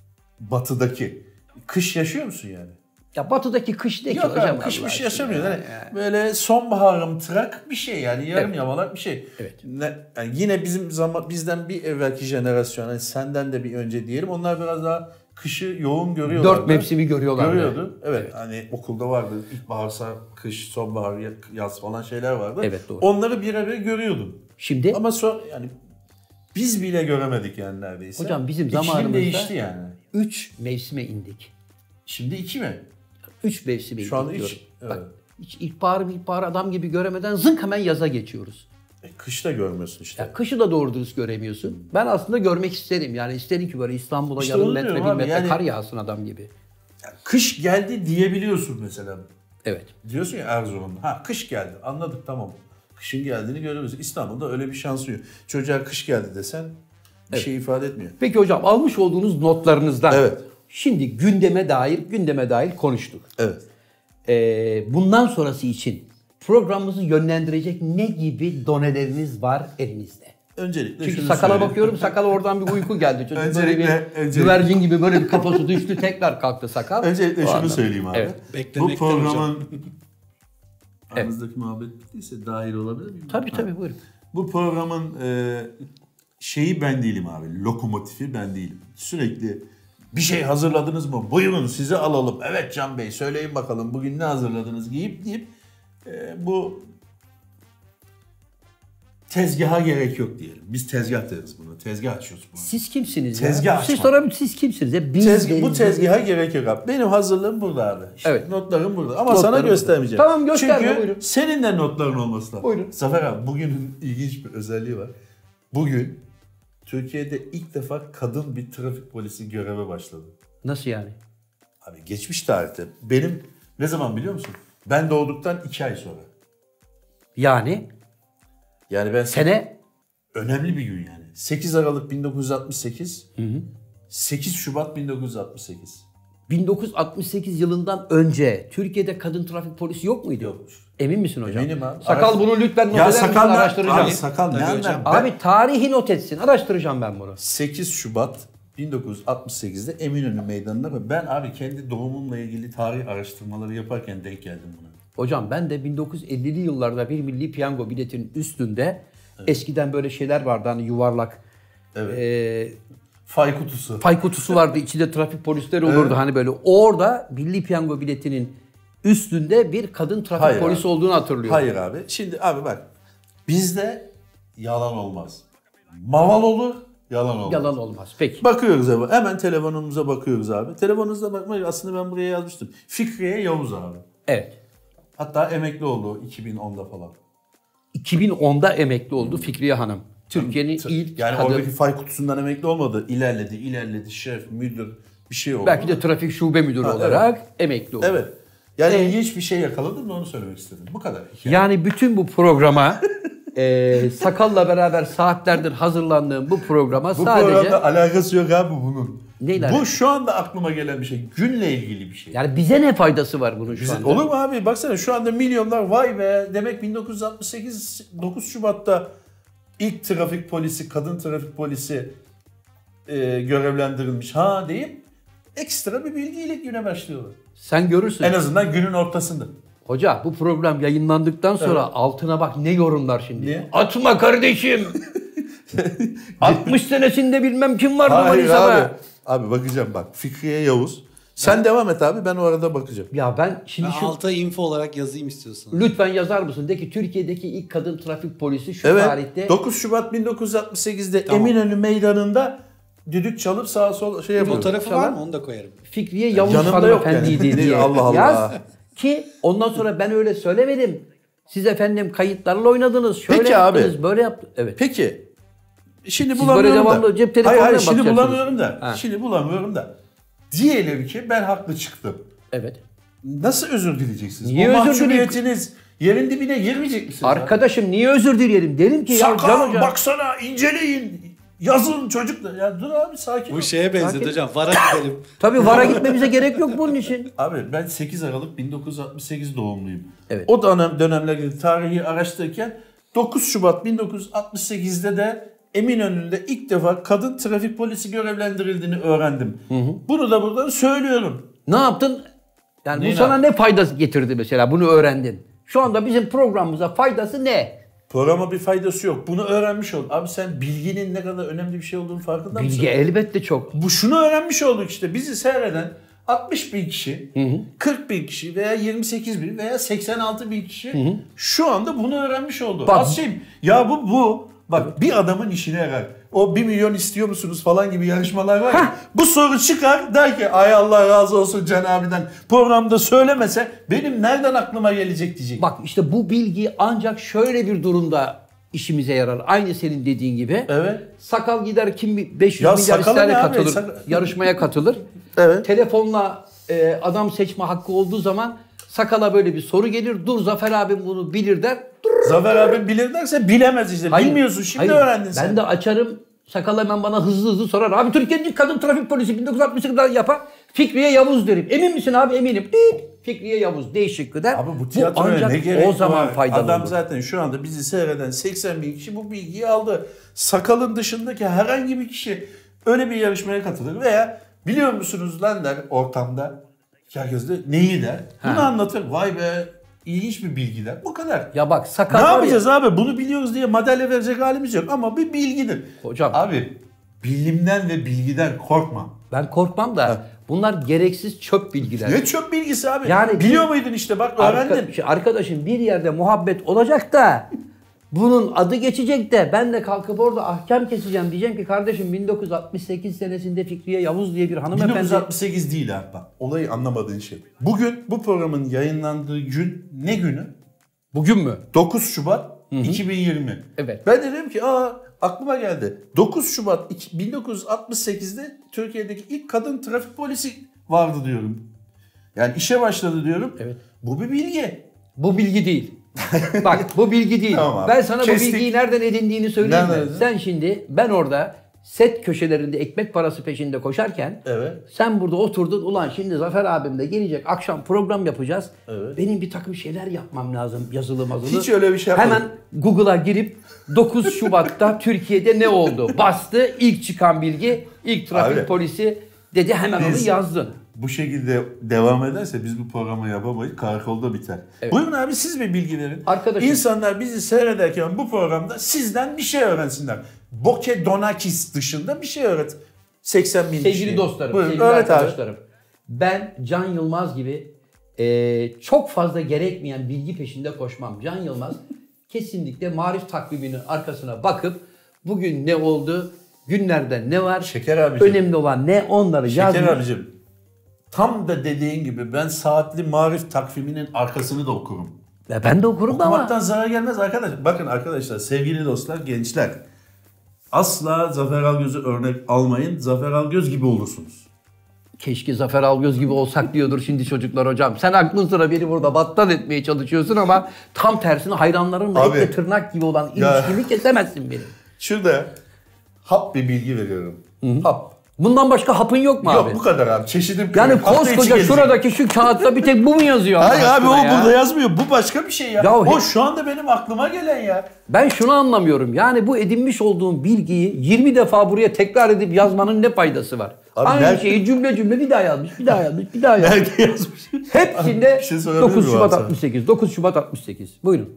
batıdaki kış yaşıyor musun yani? Ya batıdaki kış ne ki hocam? Yok kış yaşamıyor. Yani böyle sonbaharımtırak bir şey yani yarım yamalak bir şey. Evet. Yani yine bizden bir evvelki jenerasyon hani senden de bir önce diyelim onlar biraz daha kışı yoğun görüyorlardı. 4 mevsimi görüyordu. Evet. Hani okulda vardı. İlkbaharsa kış, sonbahar, yaz falan şeyler vardı. Evet doğru. Onları birebir görüyordun. Şimdi ama sonra yani biz bile göremedik yani neredeyse. Hocam bizim zamanımızda değişti yani. 3 mevsime indik. Şimdi 2 mi? 3 mevsime indik. Şu anda diyorum. evet. Bak, hiç ilkbahar adam gibi göremeden zınk hemen yaza geçiyoruz. Kış da görmüyorsun işte. Ya kışı da doğru dürüst göremiyorsun. Ben aslında görmek isterim. Yani isterim ki böyle İstanbul'a işte yarım metre, 1 metre yani, kar yağsın adam gibi. Yani kış geldi diyebiliyorsun mesela. Evet. Diyorsun ya Erzurum'da. Kış geldi. Anladık tamam. Kışın geldiğini görüyoruz. İstanbul'da öyle bir şansı yok. Çocuğa kış geldi desen bir şey ifade etmiyor. Peki hocam almış olduğunuz notlarınızdan. Evet. Şimdi gündeme dair konuştuk. Evet. Bundan sonrası için programımızı yönlendirecek ne gibi doneleriniz var elinizde? Öncelikle çünkü sakala söyleyeyim. Bakıyorum sakala oradan bir uyku geldi. Çocuk öncelikle, böyle bir güvercin gibi böyle bir kafası düştü tekrar kalktı sakal. Öncelikle şunu söyleyeyim abi. Evet. Bu programın aranızdaki muhabbet bittiyse dahil olabilir miyim? Tabii buyurun. Bu programın şeyi ben değilim abi. Lokomotifi ben değilim. Sürekli bir şey hazırladınız mı? Buyurun sizi alalım. Evet Can Bey söyleyin bakalım bugün ne hazırladınız deyip bu tezgaha gerek yok diyelim. Biz tezgah deriz buna. Tezgah açıyoruz bunu. Siz kimsiniz tezgah ya? Siz sorabilir siz kimsiniz ya? Bu tezgaha gerek yok abi. Benim hazırlığım burada abi. İşte evet. Notlarım burada. Ama sana göstermeyeceğim. Tamam gösterme çünkü buyurun. Senin de notların olması lazım. Buyurun. Zafer abi bugünün ilginç bir özelliği var. Bugün Türkiye'de ilk defa kadın bir trafik polisi göreve başladı. Nasıl yani? Abi geçmiş tarihte. Benim ne zaman biliyor musun? Ben doğduktan 2 ay sonra. Yani ben sene önemli bir gün yani. 8 Aralık 1968. 8 Şubat 1968. 1968 yılından önce Türkiye'de kadın trafik polisi yok muydu? Yokmuş. Emin misin hocam? Eminim abi. Sakal bunu lütfen not eder misin? Araştıracağım. Abi sakal ne anlar? Abi tarihi not etsin. Araştıracağım ben bunu. 8 Şubat 1968'de Eminönü Meydanı'nda ben abi kendi doğumumla ilgili tarih araştırmaları yaparken denk geldim buna. Hocam ben de 1950'li yıllarda bir milli piyango biletinin üstünde eskiden böyle şeyler vardı hani yuvarlak. Evet. Fay kutusu. Fay kutusu vardı. İçinde trafik polisleri olurdu hani böyle. Orada milli piyango biletinin üstünde bir kadın trafik polisi olduğunu hatırlıyorum. Hayır abi. Şimdi abi bak bizde yalan olmaz. Maval olur, Yalan olmaz. Yalan olmaz. Peki. Bakıyoruz abi. Hemen telefonumuza bakıyoruz abi. Telefonunuzda bakmayı aslında ben buraya yazmıştım. Fikriye Yavuz abi. Evet. Hatta emekli oldu 2010'da falan. 2010'da emekli oldu Fikriye Hanım. Türkiye'nin ilk yani kadın. oradaki fay kutusundan emekli olmadı. İlerledi. Şef, müdür bir şey oldu. Belki de trafik şube müdürü olarak emekli oldu. Evet. Yani ilginç bir şey yakaladım da onu söylemek istedim. Bu kadar. Yani bütün bu programa Sakal'la beraber saatlerdir hazırlandığım bu programa sadece... Bu programda alakası yok abi bunun. Neyle bu şu anda aklıma gelen bir şey. Günle ilgili bir şey. Yani bize ne faydası var bunun şu anda? Olur mu abi? Baksana şu anda milyonlar vay be. Demek 1968 9 Şubat'ta ilk trafik polisi, kadın trafik polisi görevlendirilmiş. Ha deyip ekstra bir bilgiyle güne başlıyorlar. Sen görürsün. En azından günün ortasında. Hoca bu program yayınlandıktan sonra altına bak ne yorumlar şimdi. Niye? Atma kardeşim. 60 senesinde bilmem kim var Hayır Manisa'da. abi. Abi bakacağım bak. Fikriye Yavuz. Sen devam et abi ben o arada bakacağım. Ya ben şimdi Ben alta info olarak yazayım istiyorsan. lütfen yazar mısın? De ki Türkiye'deki ilk kadın trafik polisi şu Evet. tarihte. 9 Şubat 1968'de Tamam. Eminönü Meydanı'nda düdük çalıp sağa sola şey yapıyor. Fotoğrafı var mı? Onu da koyarım. Fikriye Yavuz Yanımda yok hanımefendiydi yani. diye Allah Allah. yaz ki ondan sonra ben öyle söylemedim. Siz efendim kayıtlarla oynadınız. Şöyle Peki yaptınız, abi. böyle yaptınız. Evet. Peki. Şimdi Siz bulamıyorum böyle da. devamlı cep telefonuna Hayır mı şimdi bakacaksınız? bulamıyorum da. Ha. Şimdi bulamıyorum da. Diyelim ki ben haklı çıktım. Evet. Nasıl özür dileyeceksiniz? Niye o özür mahcubiyetiniz yerin dibine girmeyecek misiniz? Arkadaşım niye özür dileyelim? Derim ki ya Can Sakal Hoca. baksana inceleyin. Yazın çocuklar. Ya dur abi sakin ol. Bu şeye benzedi Sakin. hocam. Vara gidelim. Tabii VAR'a gitmemize gerek yok bunun için. Abi ben 8 Aralık 1968 doğumluyum. Evet. O dönemlerde tarihi araştırırken 9 Şubat 1968'de de Eminönü'nde ilk defa kadın trafik polisi görevlendirildiğini öğrendim. Bunu da buradan söylüyorum. Ne yaptın? Yani Neyi bu sana yaptın? ne faydası getirdi mesela bunu öğrendin? Şu anda bizim programımıza faydası ne? Programa bir faydası yok. Bunu öğrenmiş olduk. Abi sen bilginin ne kadar önemli bir şey olduğunu farkında mısın? Bilgi elbette çok. Bu şunu öğrenmiş olduk işte. Bizi seyreden 60 bin kişi, 40 bin kişi veya 28 bin veya 86 bin kişi şu anda bunu öğrenmiş oldu. Bak- Asya'yım ya bu bak bir adamın işine yarar. O 1 milyon istiyor musunuz falan gibi yarışmalar var ya. Bu soru çıkar der ki ay Allah razı olsun Can abiden programda söylemese benim nereden aklıma gelecek diyecek. Bak işte bu bilgi ancak şöyle bir durumda işimize yarar. Aynı senin dediğin gibi. Evet. Sakal gider kim 500 Ya milyar sakalı isterle ne abi? katılır. Yarışmaya katılır. Evet. Telefonla adam seçme hakkı olduğu zaman Sakal'a böyle bir soru gelir. Dur Zafer abim bunu bilir der. Zafer abi bilir derse bilemez işte. Hayır, Bilmiyorsun şimdi hayır. öğrendin sen. Ben de açarım. Sakal hemen bana hızlı sorar. Abi Türkiye'nin ilk kadın trafik polisi 1968'de yapar. Fikriye Yavuz derim. Emin misin abi? Eminim. Düt. Fikriye Yavuz değişik der. Abi bu tiyatroya ancak ne gerek o zaman var? faydalı Adam olur. zaten şu anda bizi seyreden 80 bin kişi bu bilgiyi aldı. Sakalın dışındaki herhangi bir kişi öyle bir yarışmaya katılır veya biliyor musunuz lan der ortamda. Herkes de neyi der? Bunu anlatır. Vay be ilginç bir bilgi der. Bu kadar. Ya bak Sakal Ne var ya- yapacağız abi? Bunu biliyoruz diye madalya verecek halimiz yok ama bir bilgidir. Hocam. Abi bilimden ve bilgiden korkma. Ben korkmam da bunlar gereksiz çöp bilgiler. Ne çöp bilgisi abi? Yani biliyor muydun işte bak öğrendin. Arkadaşım bir yerde muhabbet olacak da bunun adı geçecek de ben de kalkıp orada ahkam keseceğim. Diyeceğim ki kardeşim 1968 senesinde Fikriye Yavuz diye bir hanımefendi. 1968 değil abi bak. Olayı anlamadığın şey. Bugün bu programın yayınlandığı gün ne günü? Bugün mü? 9 Şubat 2020. Evet. Ben de dedim ki aklıma geldi. 9 Şubat 1968'de Türkiye'deki ilk kadın trafik polisi vardı diyorum. Yani işe başladı diyorum. Evet. Bu bir bilgi. Bu bilgi değil. Bak bu bilgi değil. Tamam abi. Ben sana Kestik. bu bilgiyi nereden edindiğini söyleyeyim mi? Nereden? Sen şimdi ben orada set köşelerinde ekmek parası peşinde koşarken Evet. sen burada oturdun ulan şimdi Zafer abim de gelecek akşam program yapacağız. Evet. Benim bir takım şeyler yapmam lazım yazılı mazılı. Hiç öyle bir şey yapmadım. Hemen Google'a girip 9 Şubat'ta Türkiye'de ne oldu? Bastı ilk çıkan bilgi ilk trafik Abi, polisi dedi hemen onu yazdın. Bu şekilde devam ederse biz bu programı yapamayız. Karakolda biter. Evet. Buyurun abi siz bir bilgi verin. Arkadaşım. İnsanlar bizi seyrederken bu programda sizden bir şey öğrensinler. Boke Donakis dışında bir şey öğret. 80 bin Sevgili kişiye. dostlarım, Buyurun, sevgili öğret abi. arkadaşlarım. Ben Can Yılmaz gibi çok fazla gerekmeyen bilgi peşinde koşmam. Can Yılmaz kesinlikle marif takviminin arkasına bakıp bugün ne oldu, günlerde ne var? Şeker abicim. Önemli olan ne? Onları Şeker yazmış. abicim. Tam da dediğin gibi ben saatli marif takviminin arkasını da okurum. Ben de okurum da ama. Okumaktan zarar gelmez arkadaş. Bakın arkadaşlar, sevgili dostlar, gençler. Asla Zafer Algöz'ü örnek almayın. Zafer Algöz gibi olursunuz. Keşke Zafer Algöz gibi olsak diyordur şimdi çocuklar hocam. Sen aklın sıra beni burada battal etmeye çalışıyorsun ama tam tersine hayranlarınla Abi, etle tırnak gibi olan ilişkimi kesemezsin benim. Şurada hap bir bilgi veriyorum. Hap. Bundan başka hapın yok mu abi? Yok, bu kadar abi. Çeşidim. Yani hafta içi koskoca gelecek. şuradaki şu kağıtta bir tek bu mu yazıyor? Hayır Allah abi, o aşkına ya? burada yazmıyor. Bu başka bir şey ya. Ya O şu anda benim aklıma gelen ya. Ben şunu anlamıyorum. Yani bu edinmiş olduğum bilgiyi 20 defa buraya tekrar edip yazmanın ne faydası var? Abi Aynı nerede- şeyi cümle cümle bir daha yazmış, bir daha yazmış, bir daha yazmış. Nerede yazmış? Hepsinde Bir şey sorabilir 9 miyim Şubat abi sana? 68. 9 Şubat 68. Buyurun.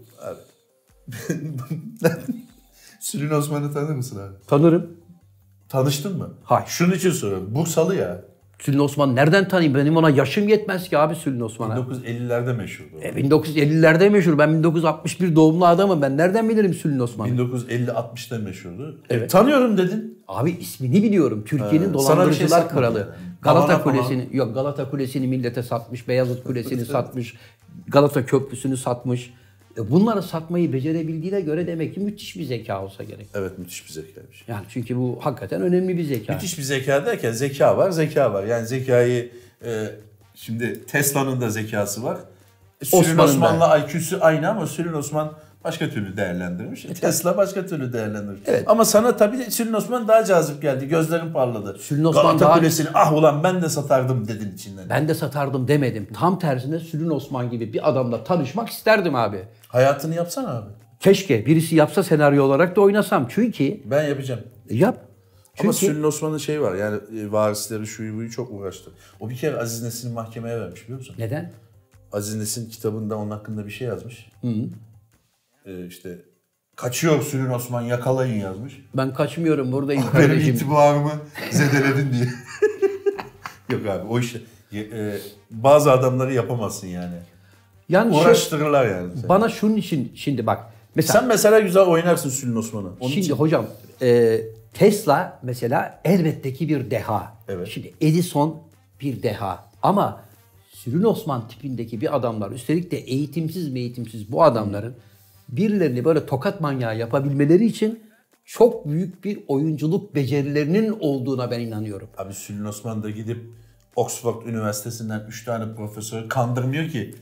Sülün Osman'ı tanır mısın abi? Tanırım. Tanıştın mı? Hayır. Şunun için soruyorum. Bursalı ya. Sülün Osman nereden tanıyayım? Benim ona yaşım yetmez ki abi Sülün Osman'a. 1950'lerde meşhurdu. 1950'lerde meşhur. Ben 1961 doğumlu adamım. Ben nereden bilirim Sülün Osman'ı? 1950-60'da meşhurdu. Evet. Tanıyorum dedin. Abi ismini biliyorum. Türkiye'nin Sana bir şey dolandırıcılar satmadı kralı. yani. Galata Davana falan. Kulesi'ni yok Galata Kulesi'ni millete satmış, Beyazıt Kulesi'ni satmış, Galata Köprüsü'nü satmış. Bunları satmayı becerebildiğine göre demek ki müthiş bir zeka olsa gerek. Evet, müthiş bir zekaymış. Yani çünkü bu hakikaten önemli bir zeka. Müthiş bir zeka derken zeka var, zeka var. Yani zekayı şimdi Tesla'nın da zekası var. Sülün Osman'ın da. Osman'la IQ'su aynı ama Sülün Osman başka türlü değerlendirmiş. Tesla başka türlü değerlendirmiş. Evet. Ama sana tabii de Sülün Osman daha cazip geldi. Gözlerin parladı. Sülün Osman Galata daha- Kulesi'ni ah ulan ben de satardım dedin içinden. Ben de satardım demedim. Tam tersine Sülün Osman gibi bir adamla tanışmak isterdim abi. Hayatını yapsana abi. Keşke birisi yapsa senaryo olarak da oynasam. Çünkü Ben yapacağım. yap. Ama Çünkü Sülün Osman'ın şey var yani varisleri şuyu buyu çok uğraştı. O bir kere Aziz Nesin'i mahkemeye vermiş, biliyor musun? neden? Aziz Nesin kitabında onun hakkında bir şey yazmış. İşte kaçıyor Sülün Osman, yakalayın yazmış. Ben kaçmıyorum buradayım Benim kardeşim. itibarımı zedeledin diye. Yok abi, o işi bazı adamları yapamazsın yani. Yani Uğraştırırlar yani. seni. bana şunun için şimdi bak. Mesela Sen mesela güzel oynarsın Sülün Osman'ı. Onun şimdi için hocam Tesla mesela elbette ki bir deha. Evet. Şimdi Edison bir deha. Ama Sülün Osman tipindeki bir adamlar, üstelik de eğitimsiz bu adamların birilerini böyle tokat manyağı yapabilmeleri için çok büyük bir oyunculuk becerilerinin olduğuna ben inanıyorum. abi Sülün Osman da gidip Oxford Üniversitesi'nden 3 tane profesörü kandırmıyor ki.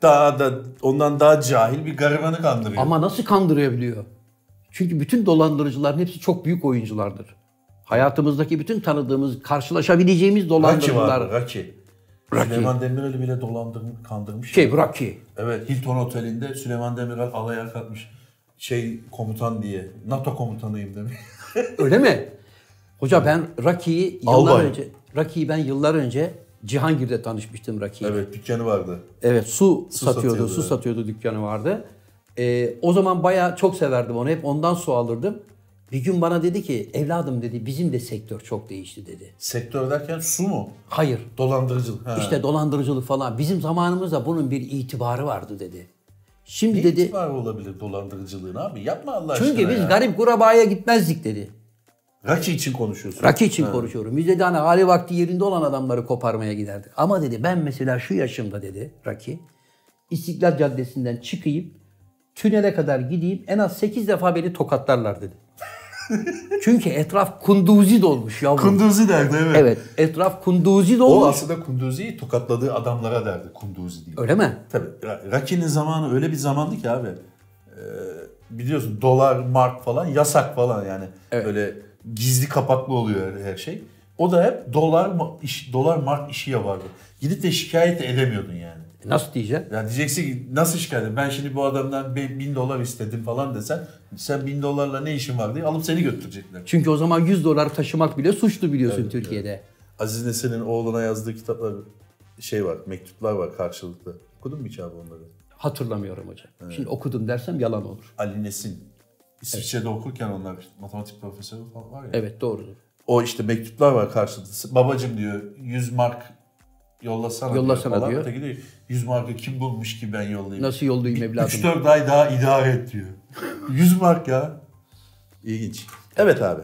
Ondan daha cahil bir garibanı kandırıyor. Ama nasıl kandırabiliyor? Çünkü bütün dolandırıcıların hepsi çok büyük oyunculardır. Hayatımızdaki bütün tanıdığımız, karşılaşabileceğimiz Rocky dolandırıcılar. vardı, Rocky. Süleyman Demirel'i bile kandırmış. Rocky. Evet, Hilton Oteli'nde Süleyman Demirel alaya kalkmış. Komutan diye. NATO komutanıyım demiş. Öyle mi? Hoca ben Rocky'yi Albay. yıllar önce Cihangir'de tanışmıştım Rocky'yle. Evet, dükkanı vardı. Evet, su satıyordu. Su evet. satıyordu, dükkanı vardı. O zaman bayağı çok severdim onu. Hep ondan su alırdım. Bir gün bana dedi ki evladım dedi bizim de sektör çok değişti dedi. Sektör derken su mu? Hayır. Dolandırıcılık. Ha. İşte dolandırıcılık falan. Bizim zamanımızda bunun bir itibarı vardı dedi. Şimdi ne dedi itibarı olabilir dolandırıcılığın abi? Yapma Allah aşkına çünkü biz ya. garip kurabaya gitmezdik dedi. Rocky için konuşuyorsun. Rocky için konuşuyorum. Biz dedi hani hali vakti yerinde olan adamları koparmaya giderdik. Ama dedi ben mesela şu yaşımda dedi Rocky İstiklal Caddesi'nden çıkayım tünele kadar gideyim en az 8 defa beni tokatlarlar dedi. Çünkü etraf kunduzi dolmuş yavrum. Kunduzi derdi, evet. Evet, etraf kunduzi O dolmuş. aslında Kunduzi'yi tokatladığı adamlara derdi Kunduzi diye. Öyle mi? Tabii. Rocky'nin zamanı öyle bir zamandı ki abi. Biliyorsun dolar, mark falan yasak falan yani. Evet. Böyle gizli kapaklı oluyor her şey. O da hep dolar mark işi yapardı. Gidip de şikayet de edemiyordun yani. Nasıl diyeceksin? Yani diyeceksin ki nasıl şikayet edeyim? Ben şimdi bu adamdan $1000 istedim falan desen sen $1000'la ne işin var diye alıp seni götürecekler. Çünkü o zaman $100 taşımak bile suçlu biliyorsun Evet, Türkiye'de. Aziz Nesin'in oğluna yazdığı kitaplar var, mektuplar var karşılıklı. Okudun mu hiç abi onları? Hatırlamıyorum hocam. Şimdi okudum dersem yalan olur. Ali Nesin. İsviçre'de okurken onlar matematik profesörü falan var ya. Evet doğrudur. O işte mektuplar var karşılıklı. Babacım diyor 100 mark yollasana Yollasana falan. diyor. Öteki diyor 100 markı kim bulmuş ki ben yollayayım. Nasıl yollayayım evladım? 3-4 ay daha idare et diyor. 100 mark ya. İlginç. Evet abi.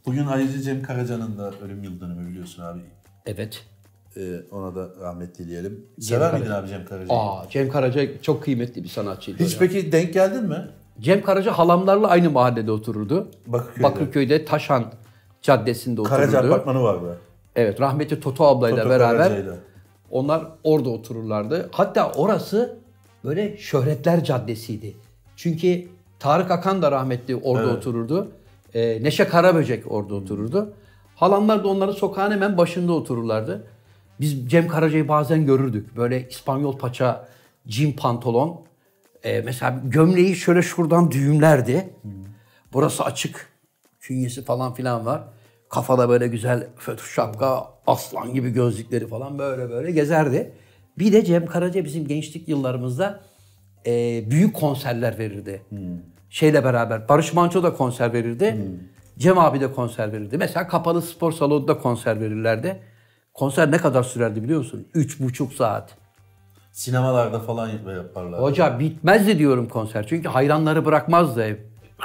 Bugün ayrıca Cem Karaca'nın da ölüm yıl dönümü biliyorsun abi. Evet. Ona da rahmet dileyelim. Sever miydin abi Cem Karaca'yı? Cem Karaca çok kıymetli bir sanatçıydı. Hiç peki denk geldin mi? Cem Karaca halamlarla aynı mahallede otururdu. Bakırköy'de. Taşan Caddesi'nde otururdu. Karaca apartmanı vardı. Evet, rahmetli Toto ablayla Toto beraber Karaca'yla. onlar orada otururlardı. Hatta orası böyle Şöhretler Caddesi'ydi. Çünkü Tarık Akan da rahmetli orada otururdu. Neşe Karaböcek orada otururdu. Halamlar da onların sokağın hemen başında otururlardı. Biz Cem Karaca'yı bazen görürdük. Böyle İspanyol paça, jean pantolon. Mesela gömleği şöyle şuradan düğümlerdi. Burası açık. Künyesi falan filan var. Kafada böyle güzel fötr şapka, aslan gibi gözlükleri falan böyle gezerdi. Bir de Cem Karaca bizim gençlik yıllarımızda büyük konserler verirdi. Şeyle beraber Barış Manço da konser verirdi. Cem abi de konser verirdi. Mesela kapalı spor salonunda konser verirlerdi. Konser ne kadar sürerdi biliyor musun? 3,5 saat. Sinemalarda falan yaparlar. Hoca bitmezdi diyorum konser. Çünkü hayranları bırakmazdı ev.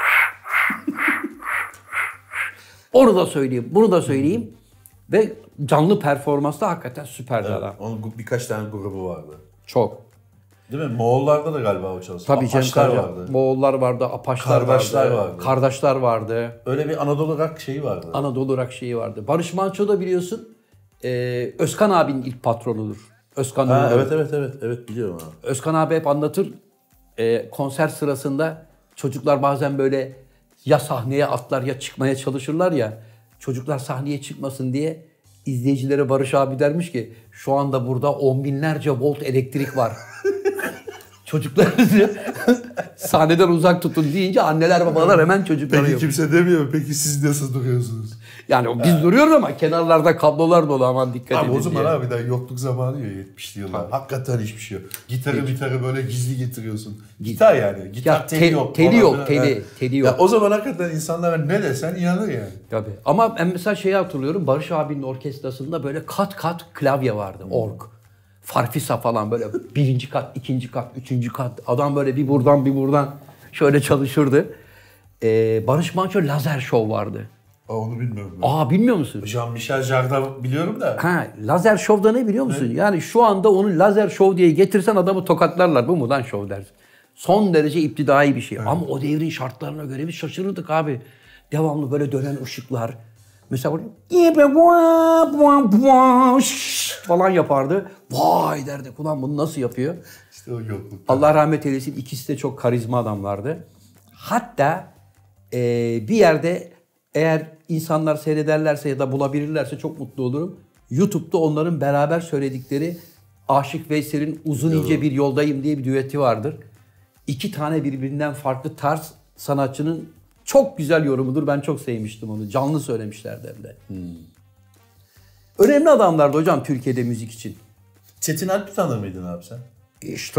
Onu da söyleyeyim, bunu da söyleyeyim. Ve canlı performansta hakikaten süperdi adam. Onun birkaç tane grubu vardı. Çok. Değil mi? Moğollarda da galiba o çalıştı. Tabii Cem Apaçlar Karaca. vardı. Moğollar vardı, Apaçlar Kardeşler vardı. vardı. Kardeşler vardı. Öyle bir Anadolu rock şeyi vardı. Anadolu rock şeyi vardı. Barış Manço da biliyorsun Özkan abinin ilk patronudur. Özkan Evet biliyorum abi. Özkan abi hep anlatır. Konser sırasında çocuklar bazen böyle ya sahneye atlar ya çıkmaya çalışırlar ya. Çocuklar sahneye çıkmasın diye izleyicilere Barış abi dermiş ki şu anda burada 10 binlerce volt elektrik var. Çocuklarınızı sahneden uzak tutun deyince anneler babalar hemen çocukları Peki yapıyor. kimse demiyor mu? Peki siz nasıl duruyorsunuz? Yani biz duruyoruz ama kenarlarda kablolar dolu, aman dikkat edin Abi o zaman diye. harbiden yokluk zamanı ya 70'li yıllar. Hakikaten hiçbir şey yok. Gitarı böyle gizli getiriyorsun. Gitar yani. Gitar Ya teli yok. teli falan yok, filan. teli Ya yok. o zaman hakikaten insanlara ne desen inanır yani. Tabii. Ama ben mesela şeyi hatırlıyorum. Barış abinin orkestrasında böyle kat kat klavye vardı. Org. Farfisa falan böyle birinci kat, ikinci kat, üçüncü kat. Adam böyle bir buradan şöyle çalışırdı. Barış Manço lazer şov vardı. Onu bilmiyorum ben. Bilmiyor musun? Jean-Michel Jarre'da biliyorum da. Lazer şovda ne biliyor musun? Yani şu anda onu lazer şov diye getirsen adamı tokatlarlar. Bu mu lan şov dersin. Son derece iptidai bir şey. Ama o devrin şartlarına göre biz şaşırırdık abi. Devamlı böyle dönen ışıklar. Mesela böyle falan yapardı. Vay derdik, ulan bunu nasıl yapıyor? İşte o yokluk. Allah rahmet eylesin, ikisi de çok karizma adamlardı. Hatta bir yerde eğer insanlar seyrederlerse ya da bulabilirlerse çok mutlu olurum. YouTube'da onların beraber söyledikleri Aşık Veysel'in Uzun İnce Bir Yoldayım diye bir düeti vardır. İki tane birbirinden farklı tarz sanatçının çok güzel yorumudur. Ben çok sevmiştim onu. Canlı söylemişlerdi hem de. Önemli adamlardı hocam Türkiye'de müzik için. Çetin Alp'i tanır mıydın abi sen? İşte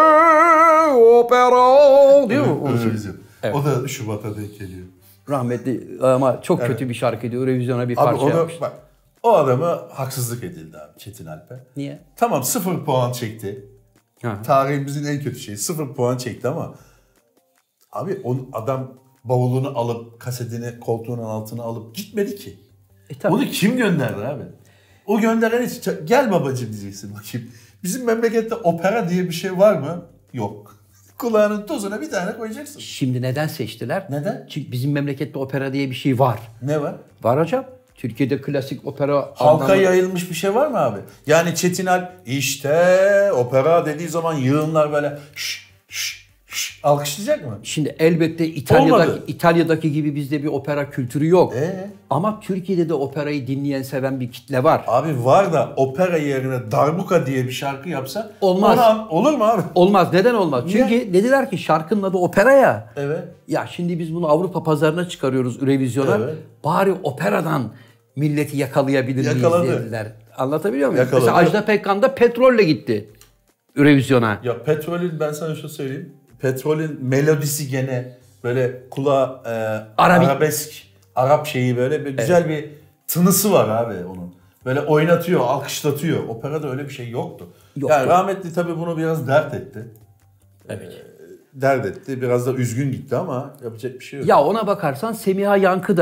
opera değil mi? Eurovision. Evet. O da Şubat'a denk geliyor. Rahmetli ama çok kötü bir şarkıydı. Eurovision'a bir Abi parça onu yapmış. bak, o adama haksızlık edildi abi Çetin Alp'e. Niye? Tamam 0 puan çekti. Tarihimizin en kötü şeyi 0 puan çekti ama abi adam bavulunu alıp kasetini koltuğunun altına alıp gitmedi ki. Tabii. Onu kim gönderdi abi? O gönderen gel babacığım diyeceksin bakayım. Bizim memlekette opera diye bir şey var mı? Yok. Kulağının tozuna bir tane koyacaksın. Şimdi neden seçtiler? Neden? Çünkü bizim memlekette opera diye bir şey var. Ne var? Var hocam. Türkiye'de klasik opera... Halka yayılmış bir şey var mı abi? Yani Çetin Alp işte opera dediği zaman yığınlar böyle alkışlayacak mı? Şimdi elbette Olmadı. İtalya'daki gibi bizde bir opera kültürü yok. Ama Türkiye'de de operayı dinleyen, seven bir kitle var. Abi var da opera yerine darbuka diye bir şarkı yapsa Olmaz. Olur mu abi? Olmaz. Neden olmaz? Niye? Çünkü dediler ki şarkının adı opera ya. Evet. Ya şimdi biz bunu Avrupa pazarına çıkarıyoruz, Eurovision'a. Evet. Bari operadan milleti yakalayabilir miyiz dediler. Anlatabiliyor muyum? Yakaladı. Mesela Ajda Pekkan da Petrol'le gitti Eurovision'a. Ya Petrol'ün ben sana şunu söyleyeyim. Petrol'ün melodisi gene böyle kulağa arabesk, Arap şeyi böyle bir güzel bir tınısı var abi onun. Böyle oynatıyor, alkışlatıyor. Operada öyle bir şey yoktu. Yani rahmetli tabii bunu biraz dert etti. Evet. Dert etti. Biraz da üzgün gitti ama yapacak bir şey yok. Ya ona bakarsan Semiha Yankı da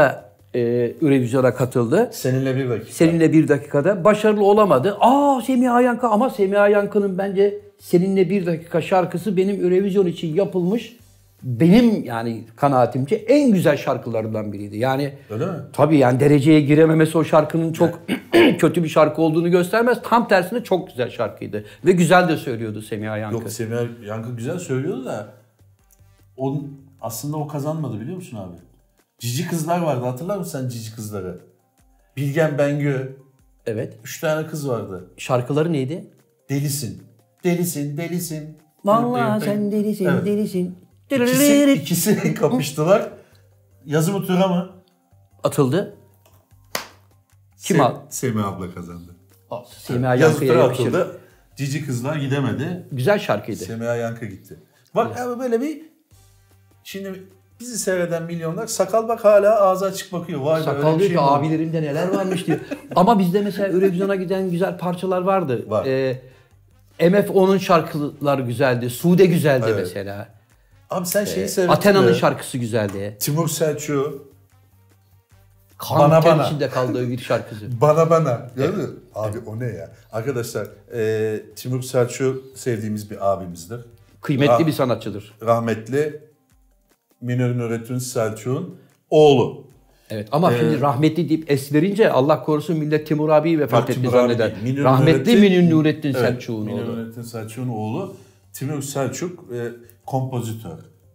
Eurovision'a katıldı. Seninle bir dakika. Seninle bir dakikada başarılı olamadı. Semiha Yankı, ama Semiha Yankı'nın bence Seninle bir dakika şarkısı benim Eurovision için yapılmış, benim yani kanaatimce en güzel şarkılarından biriydi. Yani öyle mi? Tabii yani dereceye girememesi o şarkının çok kötü bir şarkı olduğunu göstermez. Tam tersine çok güzel şarkıydı ve güzel de söylüyordu Semiha Yankı. Yok, Semiha Yankı güzel söylüyordu da aslında o kazanmadı, biliyor musun abi? Cici Kızlar vardı, hatırlar mısın sen Cici Kızları? Bilgen Bengü. Evet. 3 tane kız vardı. Şarkıları neydi? Delisin. Delisin, delisin. Vallahi sen delisin, evet. Delisin. İkisi kapıştılar. Yazı mı tura mı? Atıldı. Kim aldı? Semiha abla kazandı. Semiha Yazı Yankı'ya tura yakışır. atıldı. Cici Kızlar gidemedi. Güzel şarkıydı. Semiha Yankı gitti. Bak abi, böyle bir... Şimdi bizi seyreden milyonlar, sakal bak hala ağzı açık bakıyor. Vay Sakal diyor ki abilerimde neler varmış diyor. Ama bizde mesela Eurovision'a giden güzel parçalar vardı. Var. MF10'un şarkıları güzeldi. Sude güzeldi evet. mesela. Abi sen şeyi seyrettin Athena'nın şarkısı güzeldi. Timur Selçuk. Kan ter içinde kaldığı bir şarkısı. Bana. Gördün mü? Abi o ne ya? Arkadaşlar Timur Selçuk sevdiğimiz bir abimizdir. Kıymetli bir sanatçıdır. Rahmetli Münir Nurettin Selçuk'un oğlu. Evet, ama şimdi rahmetli deyip es verince Allah korusun millet Timur abiyi vefat etti zanneder. Rahmetli Münir Nurettin Selçuk'un oğlu. Münir Nurettin Selçuk'un oğlu. Timur Selçuk kompozitör,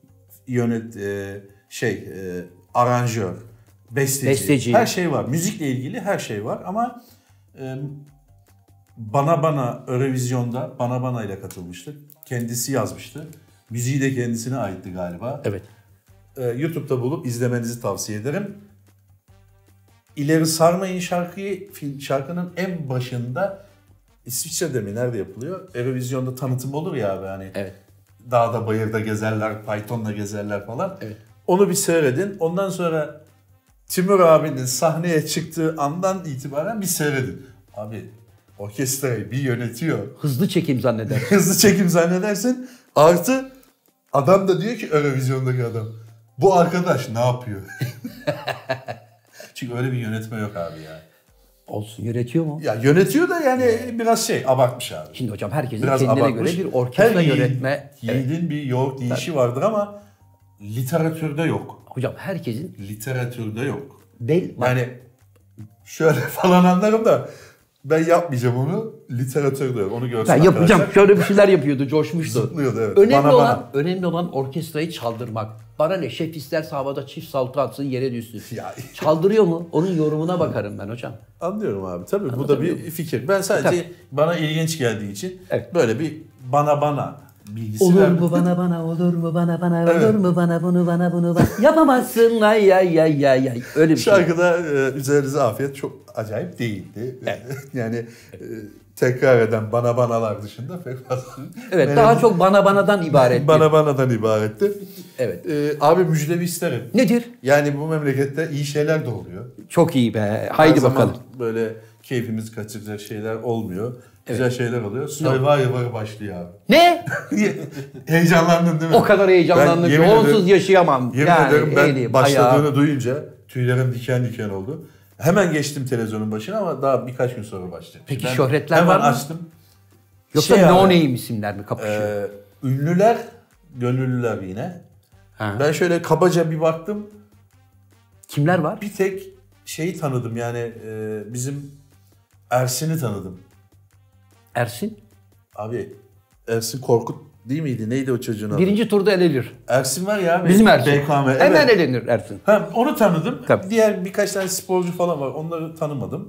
aranjör, besteci. Her şey var. Müzikle ilgili her şey var ama Bana Eurovision'da Bana ile katılmıştık. Kendisi yazmıştı. Müziği de kendisine aitti galiba. Evet. YouTube'da bulup izlemenizi tavsiye ederim. İleri sarmayın şarkıyı, şarkının en başında İsviçre'de mi nerede yapılıyor? Eurovision'da tanıtım olur ya abi, hani evet. Dağda bayırda gezerler, Python'la gezerler falan. Evet. Onu bir seyredin. Ondan sonra Timur abinin sahneye çıktığı andan itibaren bir seyredin. Abi orkestrayı bir yönetiyor. Hızlı çekim zanneder. Hızlı çekim zannedersin. Artı adam da diyor ki, Eurovision'daki adam, bu arkadaş ne yapıyor? Çünkü öyle bir yönetme yok abi ya. Olsun, yönetiyor mu? Ya yönetiyor da yani biraz abartmış abi. Şimdi hocam herkesin biraz kendine abartmış. göre bir orkestra yönetme... Yiğidin bir yoğurt yiyişi vardır ama literatürde yok. Hocam herkesin... Literatürde yok. Yani şöyle falan anlarım da ben yapmayacağım onu. Literatürde yok. Onu görsün ben yapacağım. arkadaşlar. Şöyle bir şeyler yapıyordu, coşmuştu. Zıplıyordu, evet. Önemli olan orkestrayı çaldırmak. Bana ne, şef isterse havada çift salto atsın, yere düşsün. Çaldırıyor mu? Onun yorumuna bakarım ben hocam. Anlıyorum abi. Tabii bu da bir fikir. Ben sadece bana ilginç geldiği için böyle bir bana bilgisi olur verdim. mu bana, olur mu bana, olur mu bana, bunu yapamazsın, ay. Öyle bir Şarkıda üzerinize afiyet çok acayip değildi. Evet. Yani tekrar eden banalar dışında pek fazla. Evet, daha çok banadan ibaretti. Banadan ibaretti. Evet. Abi müjdemi isterim. Nedir? Yani bu memlekette iyi şeyler de oluyor. Çok iyi be. Haydi bakalım. Böyle keyfimiz kaçıracak şeyler olmuyor. Güzel şeyler oluyor. Survivor'a başlıyor abi. Ne? Heyecanlandın değil mi? O kadar heyecanlandım ki onsuz yaşayamam. Yemin ederim ben başladığını duyunca tüylerim diken oldu. Hemen geçtim televizyonun başına ama daha birkaç gün sonra başlayacak. Peki şöhretler var mı? Hemen açtım. Yoksa no name isimler mi kapışıyor? Ünlüler, gönüllüler yine. Ha. Ben şöyle kabaca bir baktım. Kimler var? Bir tek şeyi tanıdım yani bizim Ersin'i tanıdım. Ersin? Abi Ersin Korkut değil miydi? Neydi o çocuğun adı? Birinci turda elenir. Ersin var ya. Bizim Ersin. BKM. Evet. Hemen elenir Ersin. Onu tanıdım. Tabii. Diğer birkaç tane sporcu falan var. Onları tanımadım.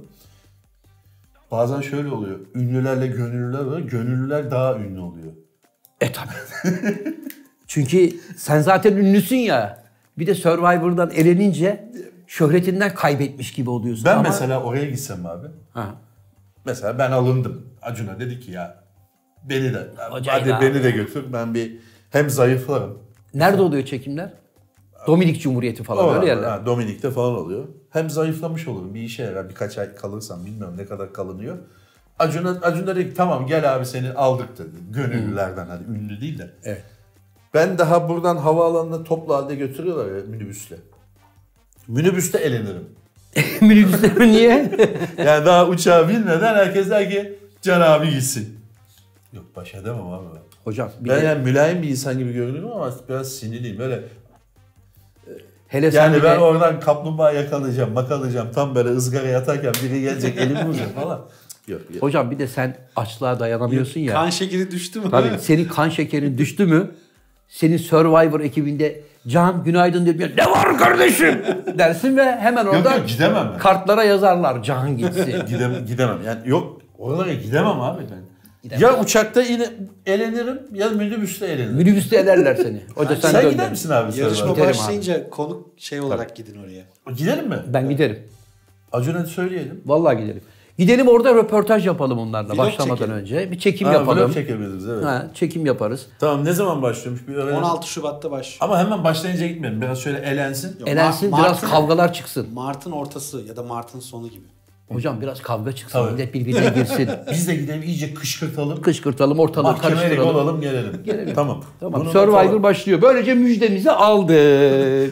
Bazen şöyle oluyor. Ünlülerle gönüllüler var. Gönüllüler daha ünlü oluyor. Tabii. Çünkü sen zaten ünlüsün ya. Bir de Survivor'dan elenince şöhretinden kaybetmiş gibi oluyorsun. Ben mesela oraya gitsem abi. Ha. Mesela ben alındım. Acun'a dedi ki ya beni de Hocayla. hadi beni de götür. Ben bir hem zayıflarım. Nerede oluyor çekimler? Dominik Cumhuriyeti falan öyle yerler. Dominik'te falan oluyor. Hem zayıflamış olurum. Bir işe yarar. Birkaç ay kalırsam bilmiyorum ne kadar kalınıyor. Acun da dedi ki tamam gel abi seni aldık dedi. Gönüllülerden hadi ünlü değil de. Evet. Ben daha buradan havaalanına toplu halde götürüyorlar ya minibüsle. Minibüste elenirim. Minibüste mi niye? Yani daha uçağa binmeden herkes der ki Can abi gitsin. Yok baş edemem abi. Hocam Ben yani mülayim bir insan gibi görünüyorum ama biraz sinirliyim. Böyle hele sen yani bir ben de- oradan kaplumbağa yakalayacağım, makalayacağım. Tam böyle ızgara yatarken biri gelecek elimi vuracak falan. Yok. hocam bir de sen açlığa dayanamıyorsun ya. Kan şekeri düştü mü? Tabii senin kan şekerin düştü mü? Senin Survivor ekibinde Can günaydın diyor. Ne var kardeşim? dersin ve hemen orada yok, gidemem ben. kartlara yazarlar Can gitsin. Gidemem. Yani yok oralara gidemem abi ben. Ya uçakta elenirim ya minibüste elenirim. Minibüste elerler seni. Hoca sen, Sen dön gider der. misin abi? Yarışma Giderim başlayınca konuk şey olarak gidin oraya. Gidelim mi? Ben giderim. Acun'a söyleyelim. Vallahi giderim. Gidelim orada röportaj yapalım onlarla Vlog başlamadan çekelim. önce. Bir çekim Ha, yapalım. vlog çekebiliriz evet. Ha, çekim yaparız. Tamam ne zaman başlıyormuş bir öğrenelim. 16 Şubat'ta başlıyor. Ama hemen başlayınca gitmeyelim. Biraz şöyle elensin. Yok, Elensin biraz Mart'ın- kavgalar çıksın. Mart'ın ortası ya da Mart'ın sonu gibi. Hocam biraz kavga çıksın. Tabii. Millet birbirine girsin. Biz de gidelim iyice kışkırtalım. Kışkırtalım ortalığı Mahkemelik karıştıralım. olalım gelelim. Tamam. Tamam. Bunu Survivor not al. başlıyor. Böylece müjdemizi aldık.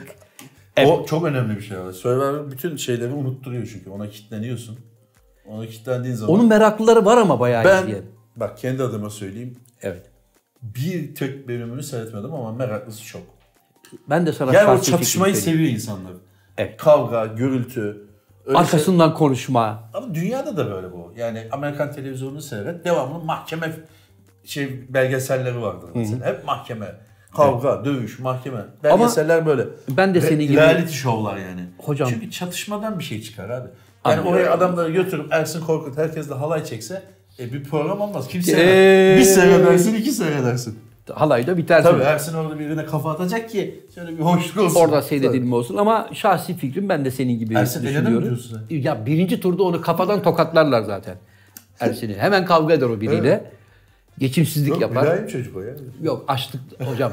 O çok önemli bir şey abi. Survivor bütün şeyleri unutturuyor çünkü. Ona kilitleniyorsun. Ona kilitlendiğin zaman. Onun meraklıları var ama bayağı ben izleyen. bak kendi adıma söyleyeyim. Evet. Bir tek bölümünü seyretmedim ama meraklısı çok. Ben de sana Yani o şahsi çatışmayı fikrimi söyleyeyim. seviyor insanlar. Evet. Kavga, gürültü. Öyle Arkasından konuşma. Ama dünyada da böyle bu. Yani Amerikan televizyonunu seyret. Devamlı mahkeme belgeselleri vardır mesela. Hep mahkeme. Kavga, dövüş, mahkeme. Belgeseller böyle. ben de senin gibi- Reality show'lar yani. Hocam- Çünkü çatışmadan bir şey çıkar abi. Yani Abi- oraya adamları götürüp Ersin Korkut herkesle halay çekse bir program olmaz. Kimse Ee, bir seyredersin, iki seyredersin. Halayda bitersin. Tabii Ersin orada birine kafa atacak ki şöyle bir hoşluk olsun. Orada seyredilme olsun ama şahsi fikrim ben de senin gibi Ersin elenir mi düşünüyorum. diyorsun sen? Ya birinci turda onu kafadan tokatlarlar zaten. Ersin'i. Hemen kavga eder o biriyle. Geçimsizlik Yok, yapar. mülayim çocuk o ya. Yok açlık hocam.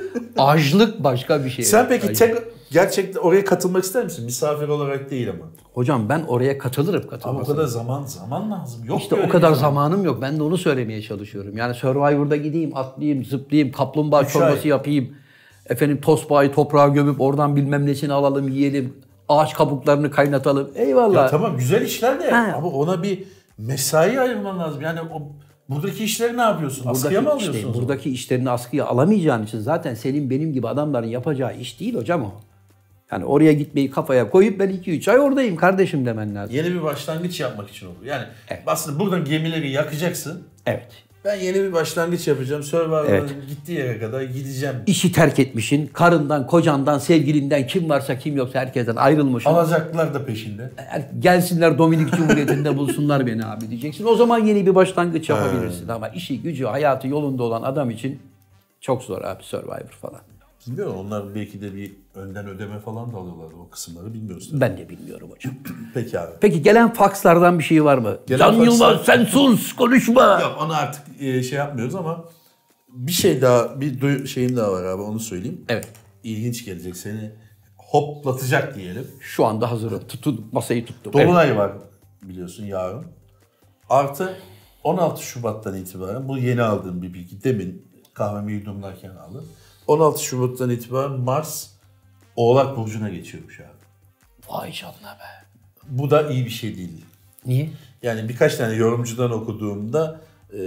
Açlık başka bir şey. Sen peki Açlık. gerçekten oraya katılmak ister misin? Misafir olarak değil ama. Hocam ben oraya katılırım Ama o katılmasına. kadar zaman lazım. Yok İşte böyle o kadar bir zaman. zamanım yok. Ben de onu söylemeye çalışıyorum. Yani Survivor'da gideyim, atlayayım, zıplayayım, kaplumbağa 3 çorbası ay. yapayım. Efendim tosbağayı toprağa gömüp oradan bilmem nesini alalım, yiyelim. Ağaç kabuklarını kaynatalım. Eyvallah. Ya tamam güzel işler de Ha. ama ona bir mesai ayırman lazım. Yani o buradaki işleri ne yapıyorsun? Askıya mı alıyorsun? o zaman? Buradaki işlerini askıya alamayacağın için zaten senin benim gibi adamların yapacağı iş değil hocam o. Yani oraya gitmeyi kafaya koyup ben 2-3 ay oradayım kardeşim demen lazım. Yeni bir başlangıç yapmak için olur. Yani aslında buradan gemileri yakacaksın. Evet. Ben yeni bir başlangıç yapacağım. Survivor'ın Evet. gittiği yere kadar gideceğim. İşi terk etmişin, karından, kocandan, sevgilinden kim varsa kim yoksa herkesten ayrılmışsın. Alacaklar da peşinde. Gelsinler Dominik Cumhuriyeti'nde bulsunlar beni abi diyeceksin. O zaman yeni bir başlangıç yapabilirsin ama işi, gücü, hayatı yolunda olan adam için çok zor abi Survivor falan. Bilmiyorum onlar belki de bir önden ödeme falan da alıyorlar o kısımları bilmiyoruz. tabii. Ben de bilmiyorum hocam. Peki abi. Peki gelen fakslardan bir şey var mı? Gelen Can fakslar- Yılmaz sen sus konuşma. Yok onu artık şey yapmıyoruz ama bir şey daha şeyim daha var abi onu söyleyeyim. Evet. İlginç gelecek seni hoplatacak diyelim. Şu anda hazırım. Tutun masayı tuttum. Evet. Dolunay var biliyorsun yarın. Artı 16 Şubat'tan itibaren bu yeni aldığım bir bilgi. Demin kahvemi yudumlarken aldım. 16 Şubat'tan itibaren Mars Oğlak Burcu'na geçiyormuş abi. Vay canına be. Bu da iyi bir şey değil. Niye? Yani birkaç tane yorumcudan okuduğumda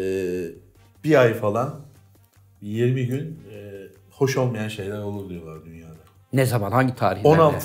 bir ay falan 20 gün hoş olmayan şeyler olur diyorlar dünyada. Ne zaman? Hangi tarihte?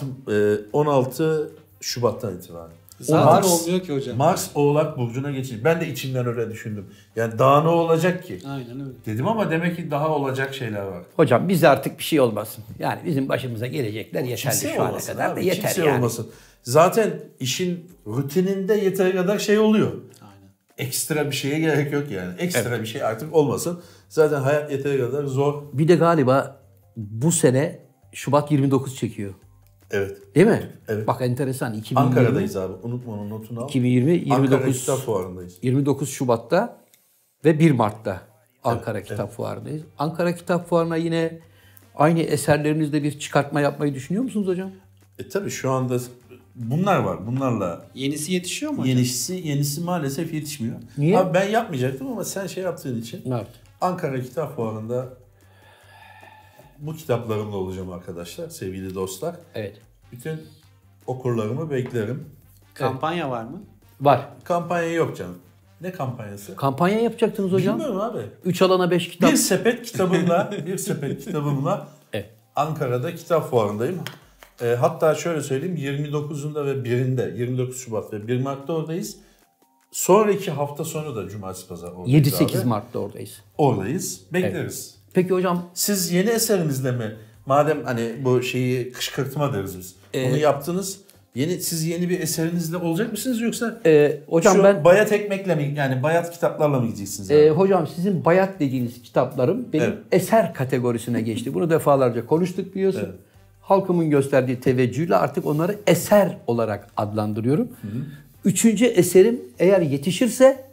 16 Şubat'tan itibaren. Zaten olmuyor ki hocam. Mars Oğlak Burcu'na geçecek. Ben de içimden öyle düşündüm. Yani daha ne olacak ki? Aynen öyle. Dedim ama demek ki daha olacak şeyler var. Hocam bize artık bir şey olmasın. Yani bizim başımıza gelecekler yeterli Kimseye şu ana olmasın kadar da abi, yeter kimseye yani. olmasın. Zaten işin rutininde yeteri kadar şey oluyor. Aynen. Ekstra bir şeye gerek yok yani. Ekstra bir şey artık olmasın. Zaten hayat yeteri kadar zor. Bir de galiba bu sene Şubat 29 çekiyor. Evet. Değil mi? Evet. Bak enteresan. 2020, Ankara'dayız abi. Unutma onun notunu al. 2020 Ankara 29 Kitap Fuarı'ndayız. 29 Şubat'ta ve 1 Mart'ta Ankara Kitap Fuarı'ndayız. Ankara Kitap Fuarı'na yine aynı eserlerinizle bir çıkartma yapmayı düşünüyor musunuz hocam? Tabii şu anda bunlar var. Bunlarla Yenisi yetişiyor mu hocam? yenisi maalesef yetişmiyor. Niye? Abi ben yapmayacaktım ama sen şey yaptığın için Ne yaptın? Ankara Kitap Fuarı'nda bu kitaplarımla olacağım arkadaşlar, sevgili dostlar. Evet. Bütün okurlarımı beklerim. Kampanya var mı? Var. Kampanya yok canım. Ne kampanyası? Kampanya yapacaktınız hocam. Bilmiyorum abi. 3 alana 5 kitap. Bir sepet kitabımla Evet. Ankara'da kitap fuarındayım. Hatta şöyle söyleyeyim 29'unda ve 1'inde 29 Şubat ve 1 Mart'ta oradayız. Sonraki hafta sonu da Cumartesi Pazar oradayız 7-8 Mart'ta oradayız. Oradayız. Bekleriz. Peki hocam. Siz yeni eserinizle mi? Madem hani bu şeyi kışkırtma deriz biz. Onu yaptınız. Siz yeni bir eserinizle olacak mısınız yoksa Hocam şu bayat ekmekle mi yani bayat kitaplarla mı gideceksiniz? Yani? Hocam sizin bayat dediğiniz kitaplarım benim eser kategorisine geçti. Bunu defalarca konuştuk biliyorsun. Evet. Halkımın gösterdiği teveccühle artık onları eser olarak adlandırıyorum. Hı-hı. 3. eserim eğer yetişirse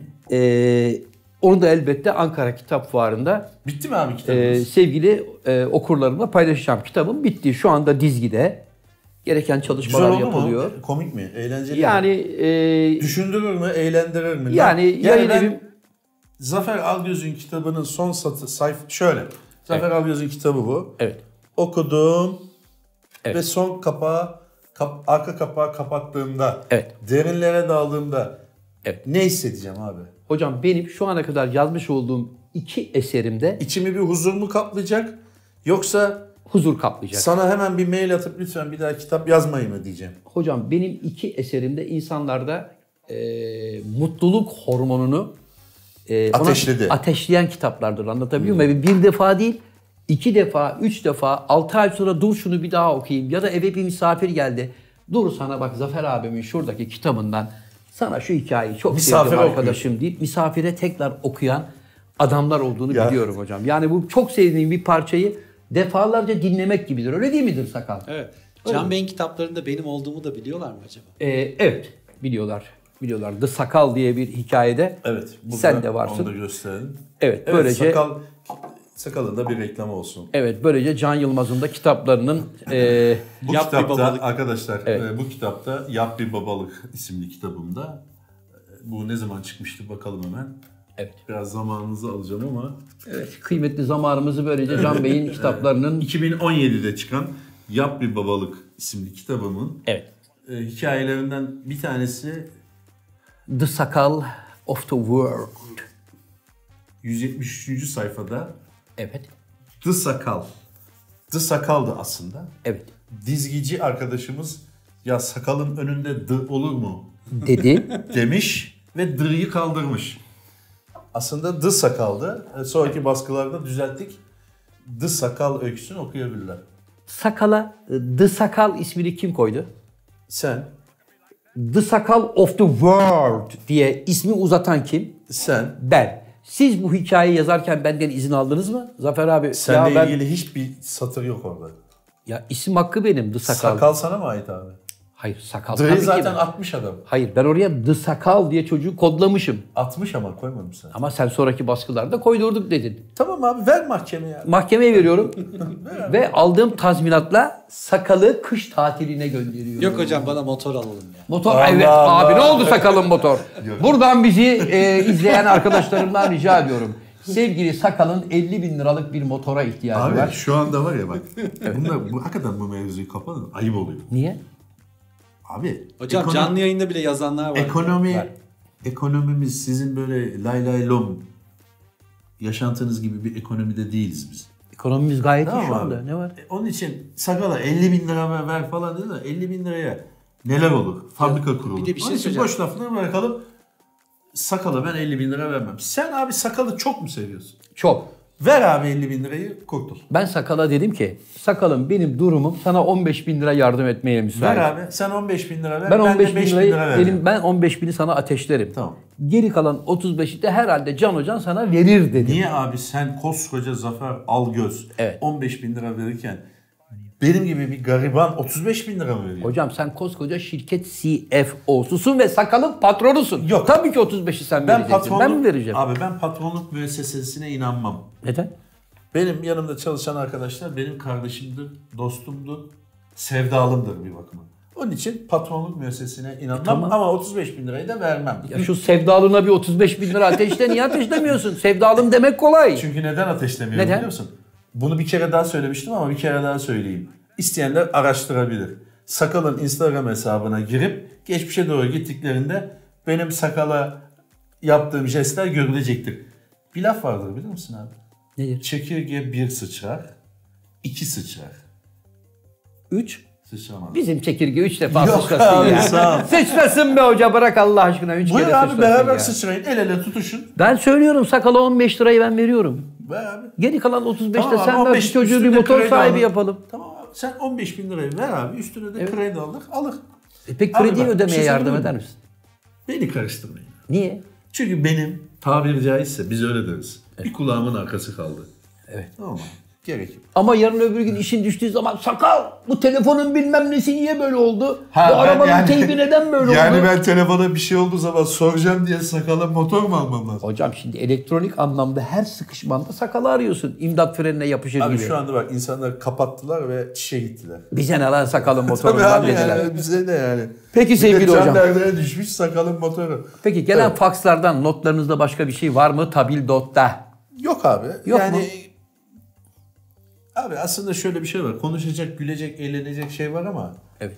onu da elbette Ankara Kitap Fuarı'nda bitti mi abi kitabınız? Sevgili okurlarımla paylaşacağım. Kitabım bitti. Şu anda dizgide. Gereken çalışmalar yapılıyor. Mu? Komik mi? Eğlenceli yani, mi? Düşündürür mü? Eğlendirir mi? Yani yayın evim... Zafer Algöz'ün kitabının son sayfa şöyle. Zafer Algöz'ün kitabı bu. Evet. Okudum ve son arka kapağı kapattığımda, derinlere daldığımda ne hissedeceğim abi? Hocam benim şu ana kadar yazmış olduğum 2 eserimde... İçimi bir huzur mu kaplayacak yoksa... Huzur kaplayacak. Sana hemen bir mail atıp lütfen bir daha kitap yazmayı mı diyeceğim? Hocam benim 2 eserimde insanlarda mutluluk hormonunu ateşleyen kitaplardır. Anlatabiliyor muyum? Bir defa değil, 2 defa, 3 defa, 6 ay sonra dur şunu bir daha okuyayım. Ya da eve bir misafir geldi. Dur sana bak Zafer abimin şuradaki kitabından sana şu hikayeyi çok sevdim arkadaşım deyip misafire tekrar okuyan adamlar olduğunu biliyorum hocam. Yani bu çok sevdiğim bir parçayı defalarca dinlemek gibidir. Öyle değil midir Sakal? Evet. Can Bey'in kitaplarında benim olduğumu da biliyorlar mı acaba? Evet. Biliyorlar. The Sakal diye bir hikayede sen de varsın. Onu da gösterelim. Evet. Böylece Sakal'ın da bir reklamı olsun. Evet. Böylece Can Yılmaz'ın da kitaplarının bu kitapta arkadaşlar bu kitapta Yap Bir Babalık isimli kitabımda bu ne zaman çıkmıştı bakalım hemen. Evet. Biraz zamanınızı alacağım ama. Evet. Kıymetli zamanımızı böylece Can Bey'in kitaplarının 2017'de çıkan Yap Bir Babalık isimli kitabımın hikayelerinden bir tanesi The Sakal of the World. 173. sayfada Evet. The Sakal. The Sakal'dı aslında. Evet. Dizgici arkadaşımız ya sakalın önünde D olur mu? Dedi. Demiş ve D'yi kaldırmış. Aslında The Sakal'dı. Sonraki baskılarda düzelttik. The Sakal öyküsünü okuyabilirler. Sakala The Sakal ismini kim koydu? Sen. The Sakal of the World diye ismi uzatan kim? Sen. Ben. Siz bu hikayeyi yazarken benden izin aldınız mı? Zafer abi. Seninle ilgili hiçbir satır yok orada. Ya isim hakkı benim The Sakal. Sakal sana mı ait abi? Hayır Sakal. D'yi zaten atmış adam. Hayır ben oraya The Sakal diye çocuğu kodlamışım. Atmış ama koymamış sen. Ama sen sonraki baskılarda koydurduk dedin. Tamam abi ver mahkemeye. Mahkemeye veriyorum. Ve aldığım tazminatla Sakal'ı kış tatiline gönderiyorum. Yok hocam bana motor alalım ya. Motor evet abi ne oldu Sakal'ın motor? Buradan bizi izleyen arkadaşlarımdan rica ediyorum. Sevgili Sakal'ın 50 bin liralık bir motora ihtiyacı abi, var. Abi şu anda var ya bak. Hakikaten bu mevzuyu kapatın. Ayıp oluyor. Niye? Abi. Hocam canlı yayında bile yazanlar var. Ekonomimiz sizin böyle lay lay lom yaşantınız gibi bir ekonomide değiliz biz. Ekonomimiz gayet iyi şu anda. Ne var? Onun için Sakal'a 50 bin lira ver falan dedi de 50 bin liraya neler olur? Fabrika kurulur. Bir de bir şey söyleyeceğim. Boş lafını bırakalım. Sakal'a ben 50 bin lira vermem. Sen abi Sakal'ı çok mu seviyorsun? Çok. Ver abi 50 bin lirayı kurtul. Ben Sakal'a dedim ki Sakal'ım benim durumum sana 15 bin lira yardım etmeye müsait. Ver abi sen 15 bin lira ver. Ben 15 de 5 bin bin lira veririm. Ben 15 bini sana ateşlerim. Tamam. Geri kalan 35'i de herhalde Can Hocan sana verir dedim. Niye abi sen koskoca Zafer Algöz 15 bin lira verirken benim gibi bir gariban 35 bin lira mı veriyor? Hocam sen koskoca şirket CFO'susun ve Sakal'ın patronusun. Yok. Tabii ki 35'i sen vereceksin. Ben mi vereceğim? Abi ben patronluk müessesesine inanmam. Neden? Benim yanımda çalışan arkadaşlar benim kardeşimdir, dostumdur, sevdalımdır bir bakıma. Onun için patronluk müessesesine inanmam ama 35 bin lirayı da vermem. Ya şu sevdalına bir 35 bin lira ateşle niye ateşlemiyorsun? Sevdalım demek kolay. Çünkü neden ateşlemiyorum biliyor musun? Bunu bir kere daha söylemiştim ama bir kere daha söyleyeyim. İsteyenler araştırabilir. Sakal'ın Instagram hesabına girip geçmişe doğru gittiklerinde benim Sakal'a yaptığım jestler görülecektir. Bir laf vardır bilir misin abi? Nedir? Çekirge 1 sıçrar, 2 sıçrar. 3. Sıçramaz. Bizim çekirge 3 defa Yok sıçrasın abi, ya. sağ ol. Sıçrasın be hoca, bırak Allah aşkına. 3 Buyur kere abi, sıçrasın beraber ya. sıçrayın, el ele tutuşun. Ben söylüyorum, Sakal'a 15 lirayı ben veriyorum. Be abi. Geri kalan 35'te Tamam abi, sen ver, 15 şu çocuğu bir üstüne motor kredi sahibi alın. yapalım. Tamam abi, sen 15.000 lirayı ver abi, üstüne de kredi alır. Peki Abi krediyi bak, ödemeye bir şey yardım söyleyeyim eder mi? misin? Beni karıştırmayın. Niye? Çünkü benim tabiri caizse biz öyle deriz. Bir kulağımın arkası kaldı. Evet. Tamam mı? Gerek yok. Ama yarın öbür gün işin düştüğü zaman Sakal bu telefonun bilmem nesi niye böyle oldu? Ha, Bu ben arabanın yani- teybi neden böyle Yani oldu? ben telefona bir şey olduğu zaman soracağım diye Sakal'a motor mu almam lazım? Hocam şimdi elektronik anlamda her sıkışmanda Sakal'ı arıyorsun. İmdat frenine yapışır Abi gibi. şu anda bak insanlar kapattılar ve çişe gittiler. Bize ne lan Sakal'ın Tabii motorundan abi dediler. yani bize de yani. Peki sevgili Can hocam. derdine düşmüş Sakal'ın motoru. Peki gelen Evet. fakslardan notlarınızda başka bir şey var mı? Tabildot'ta. Yok abi. Yok yani mu? Abi aslında şöyle bir şey var. Konuşacak, gülecek, eğlenecek şey var ama Evet.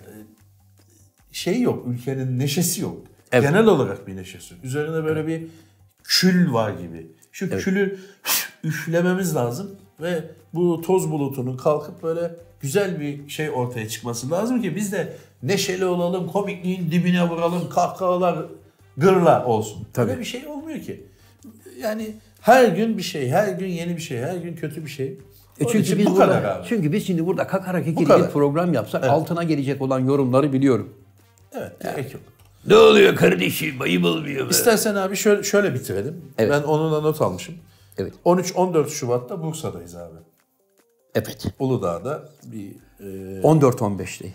şey yok. Ülkenin neşesi yok. Evet. Genel olarak bir neşesi yok. Üzerinde böyle bir kül var gibi. Şu külü üflememiz lazım ve bu toz bulutunun kalkıp böyle güzel bir şey ortaya çıkması lazım ki biz de neşeli olalım, komikliğin dibine vuralım, kahkahalar gırla olsun. Tabii. Böyle bir şey olmuyor ki. Yani her gün bir şey, her gün yeni bir şey, her gün kötü bir şey. Onun için Çünkü biz bu burada, kadar abi. çünkü biz şimdi burada kakarak Bu ikili bir kadar. program yapsak Evet. altına gelecek olan yorumları biliyorum. Evet, gerek yok. Ne oluyor kardeşim? Ayıp olmuyor mu? İstersen abi şöyle bitirelim. Evet. Ben onunla not almışım. Evet. 13-14 Şubat'ta Bursa'dayız abi. Evet. Uludağ'da bir... 14-15'te.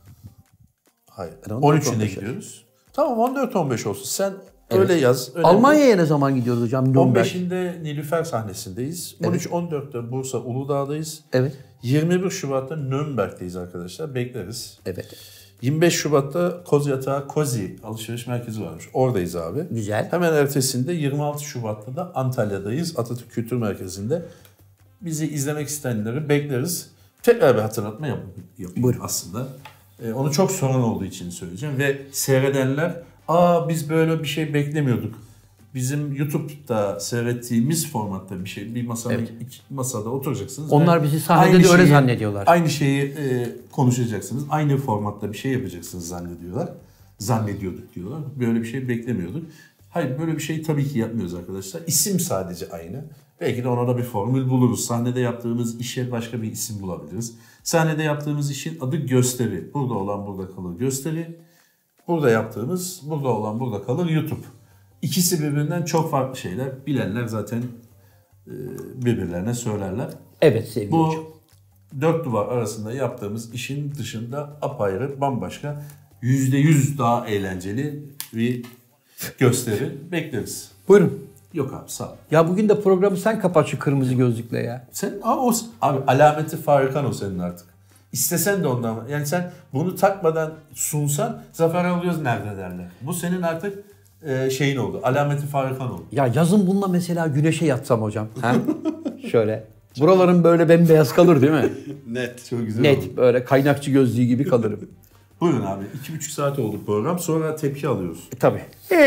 hayır. Ben 14-15 13'üne gidiyoruz. Tamam 14-15 olsun. Sen öyle yaz. Önemli. Almanya'ya ne zaman gidiyoruz hocam? Nürnberg. 15'inde Nilüfer sahnesindeyiz. 13-14'te Bursa Uludağ'dayız. Evet. 21 Şubat'ta Nürnberg'deyiz arkadaşlar. Bekleriz. Evet. 25 Şubat'ta Kozyatağı Kozi alışveriş merkezi varmış. Oradayız abi. Güzel. Hemen ertesinde 26 Şubat'ta da Antalya'dayız. Atatürk Kültür Merkezi'nde. Bizi izlemek isteyenleri bekleriz. Tekrar bir hatırlatma yapayım Buyurun. aslında. Onu çok soran olduğu için söyleyeceğim. Ve seyredenler, biz böyle bir şey beklemiyorduk. Bizim YouTube'da seyrettiğimiz formatta bir şey. Bir masada oturacaksınız. Onlar ve bizi sahnede aynı de öyle şeyi- zannediyorlar. Aynı şeyi konuşacaksınız. Aynı formatta bir şey yapacaksınız zannediyorlar. Zannediyorduk diyorlar. Böyle bir şey beklemiyorduk. Hayır, böyle bir şey tabii ki yapmıyoruz arkadaşlar. İsim sadece aynı. Belki de ona da bir formül buluruz. Sahnede yaptığımız işe başka bir isim bulabiliriz. Sahnede yaptığımız işin adı gösteri. Burada olan burada kalır gösteri. Burada yaptığımız burada olan burada kalır YouTube. İkisi birbirinden çok farklı şeyler. Bilenler zaten birbirlerine söylerler. Evet sevgili hocam. Bu dört duvar arasında yaptığımız işin dışında apayrı, bambaşka, %100 daha eğlenceli bir gösteri bekleriz. Buyurun. Yok abi, sağ ol. Ya bugün de programı sen kapat şu kırmızı gözlükle ya. Sen abi alameti farikan o senin artık. İstesen de ondan. Yani sen bunu takmadan sunsan zafer alıyoruz nerede derler. Bu senin artık şeyin oldu. Alameti farikan oldu. Ya yazın bununla mesela güneşe yatsam hocam. Ha? Şöyle. Buraların böyle bembeyaz kalır değil mi? Net. Çok güzel oldu. Net böyle kaynakçı gözlüğü gibi kalırım. Buyurun abi. 2,5 saat oldu program. Sonra tepki alıyoruz. Tabii.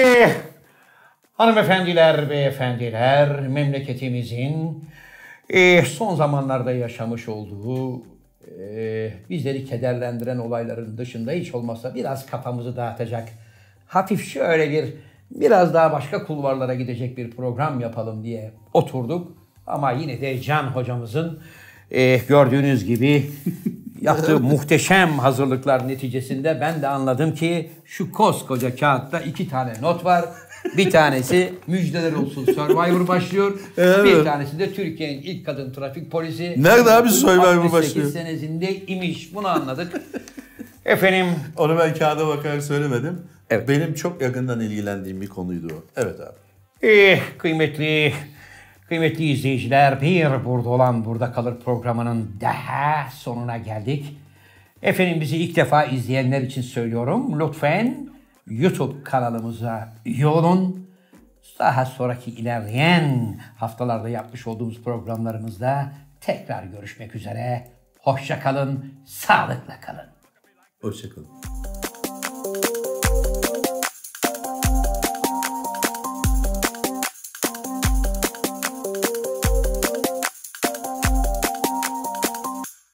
Hanımefendiler, beyefendiler, memleketimizin son zamanlarda yaşamış olduğu bizleri kederlendiren olayların dışında hiç olmazsa biraz kafamızı dağıtacak, hafif şöyle biraz daha başka kulvarlara gidecek bir program yapalım diye oturduk. Ama yine de Can hocamızın gördüğünüz gibi yaptığı muhteşem hazırlıklar neticesinde ben de anladım ki şu koskoca kağıtta 2 tane not var. Bir tanesi müjdeler olsun Survivor başlıyor. Evet. Bir tanesi de Türkiye'nin ilk kadın trafik polisi. Nerede abi Survivor 68 başlıyor? senesinde imiş. Bunu anladık. Efendim. Onu ben kağıda bakarak söylemedim. Evet. Benim çok yakından ilgilendiğim bir konuydu o. Evet abi. Kıymetli izleyiciler, bir Burada Olan Burada Kalır programının daha sonuna geldik. Efendim bizi ilk defa izleyenler için söylüyorum. Lütfen YouTube kanalımıza üye olun. Daha sonraki ilerleyen haftalarda yapmış olduğumuz programlarımızda tekrar görüşmek üzere. Hoşça kalın, sağlıkla kalın. Hoşçakalın.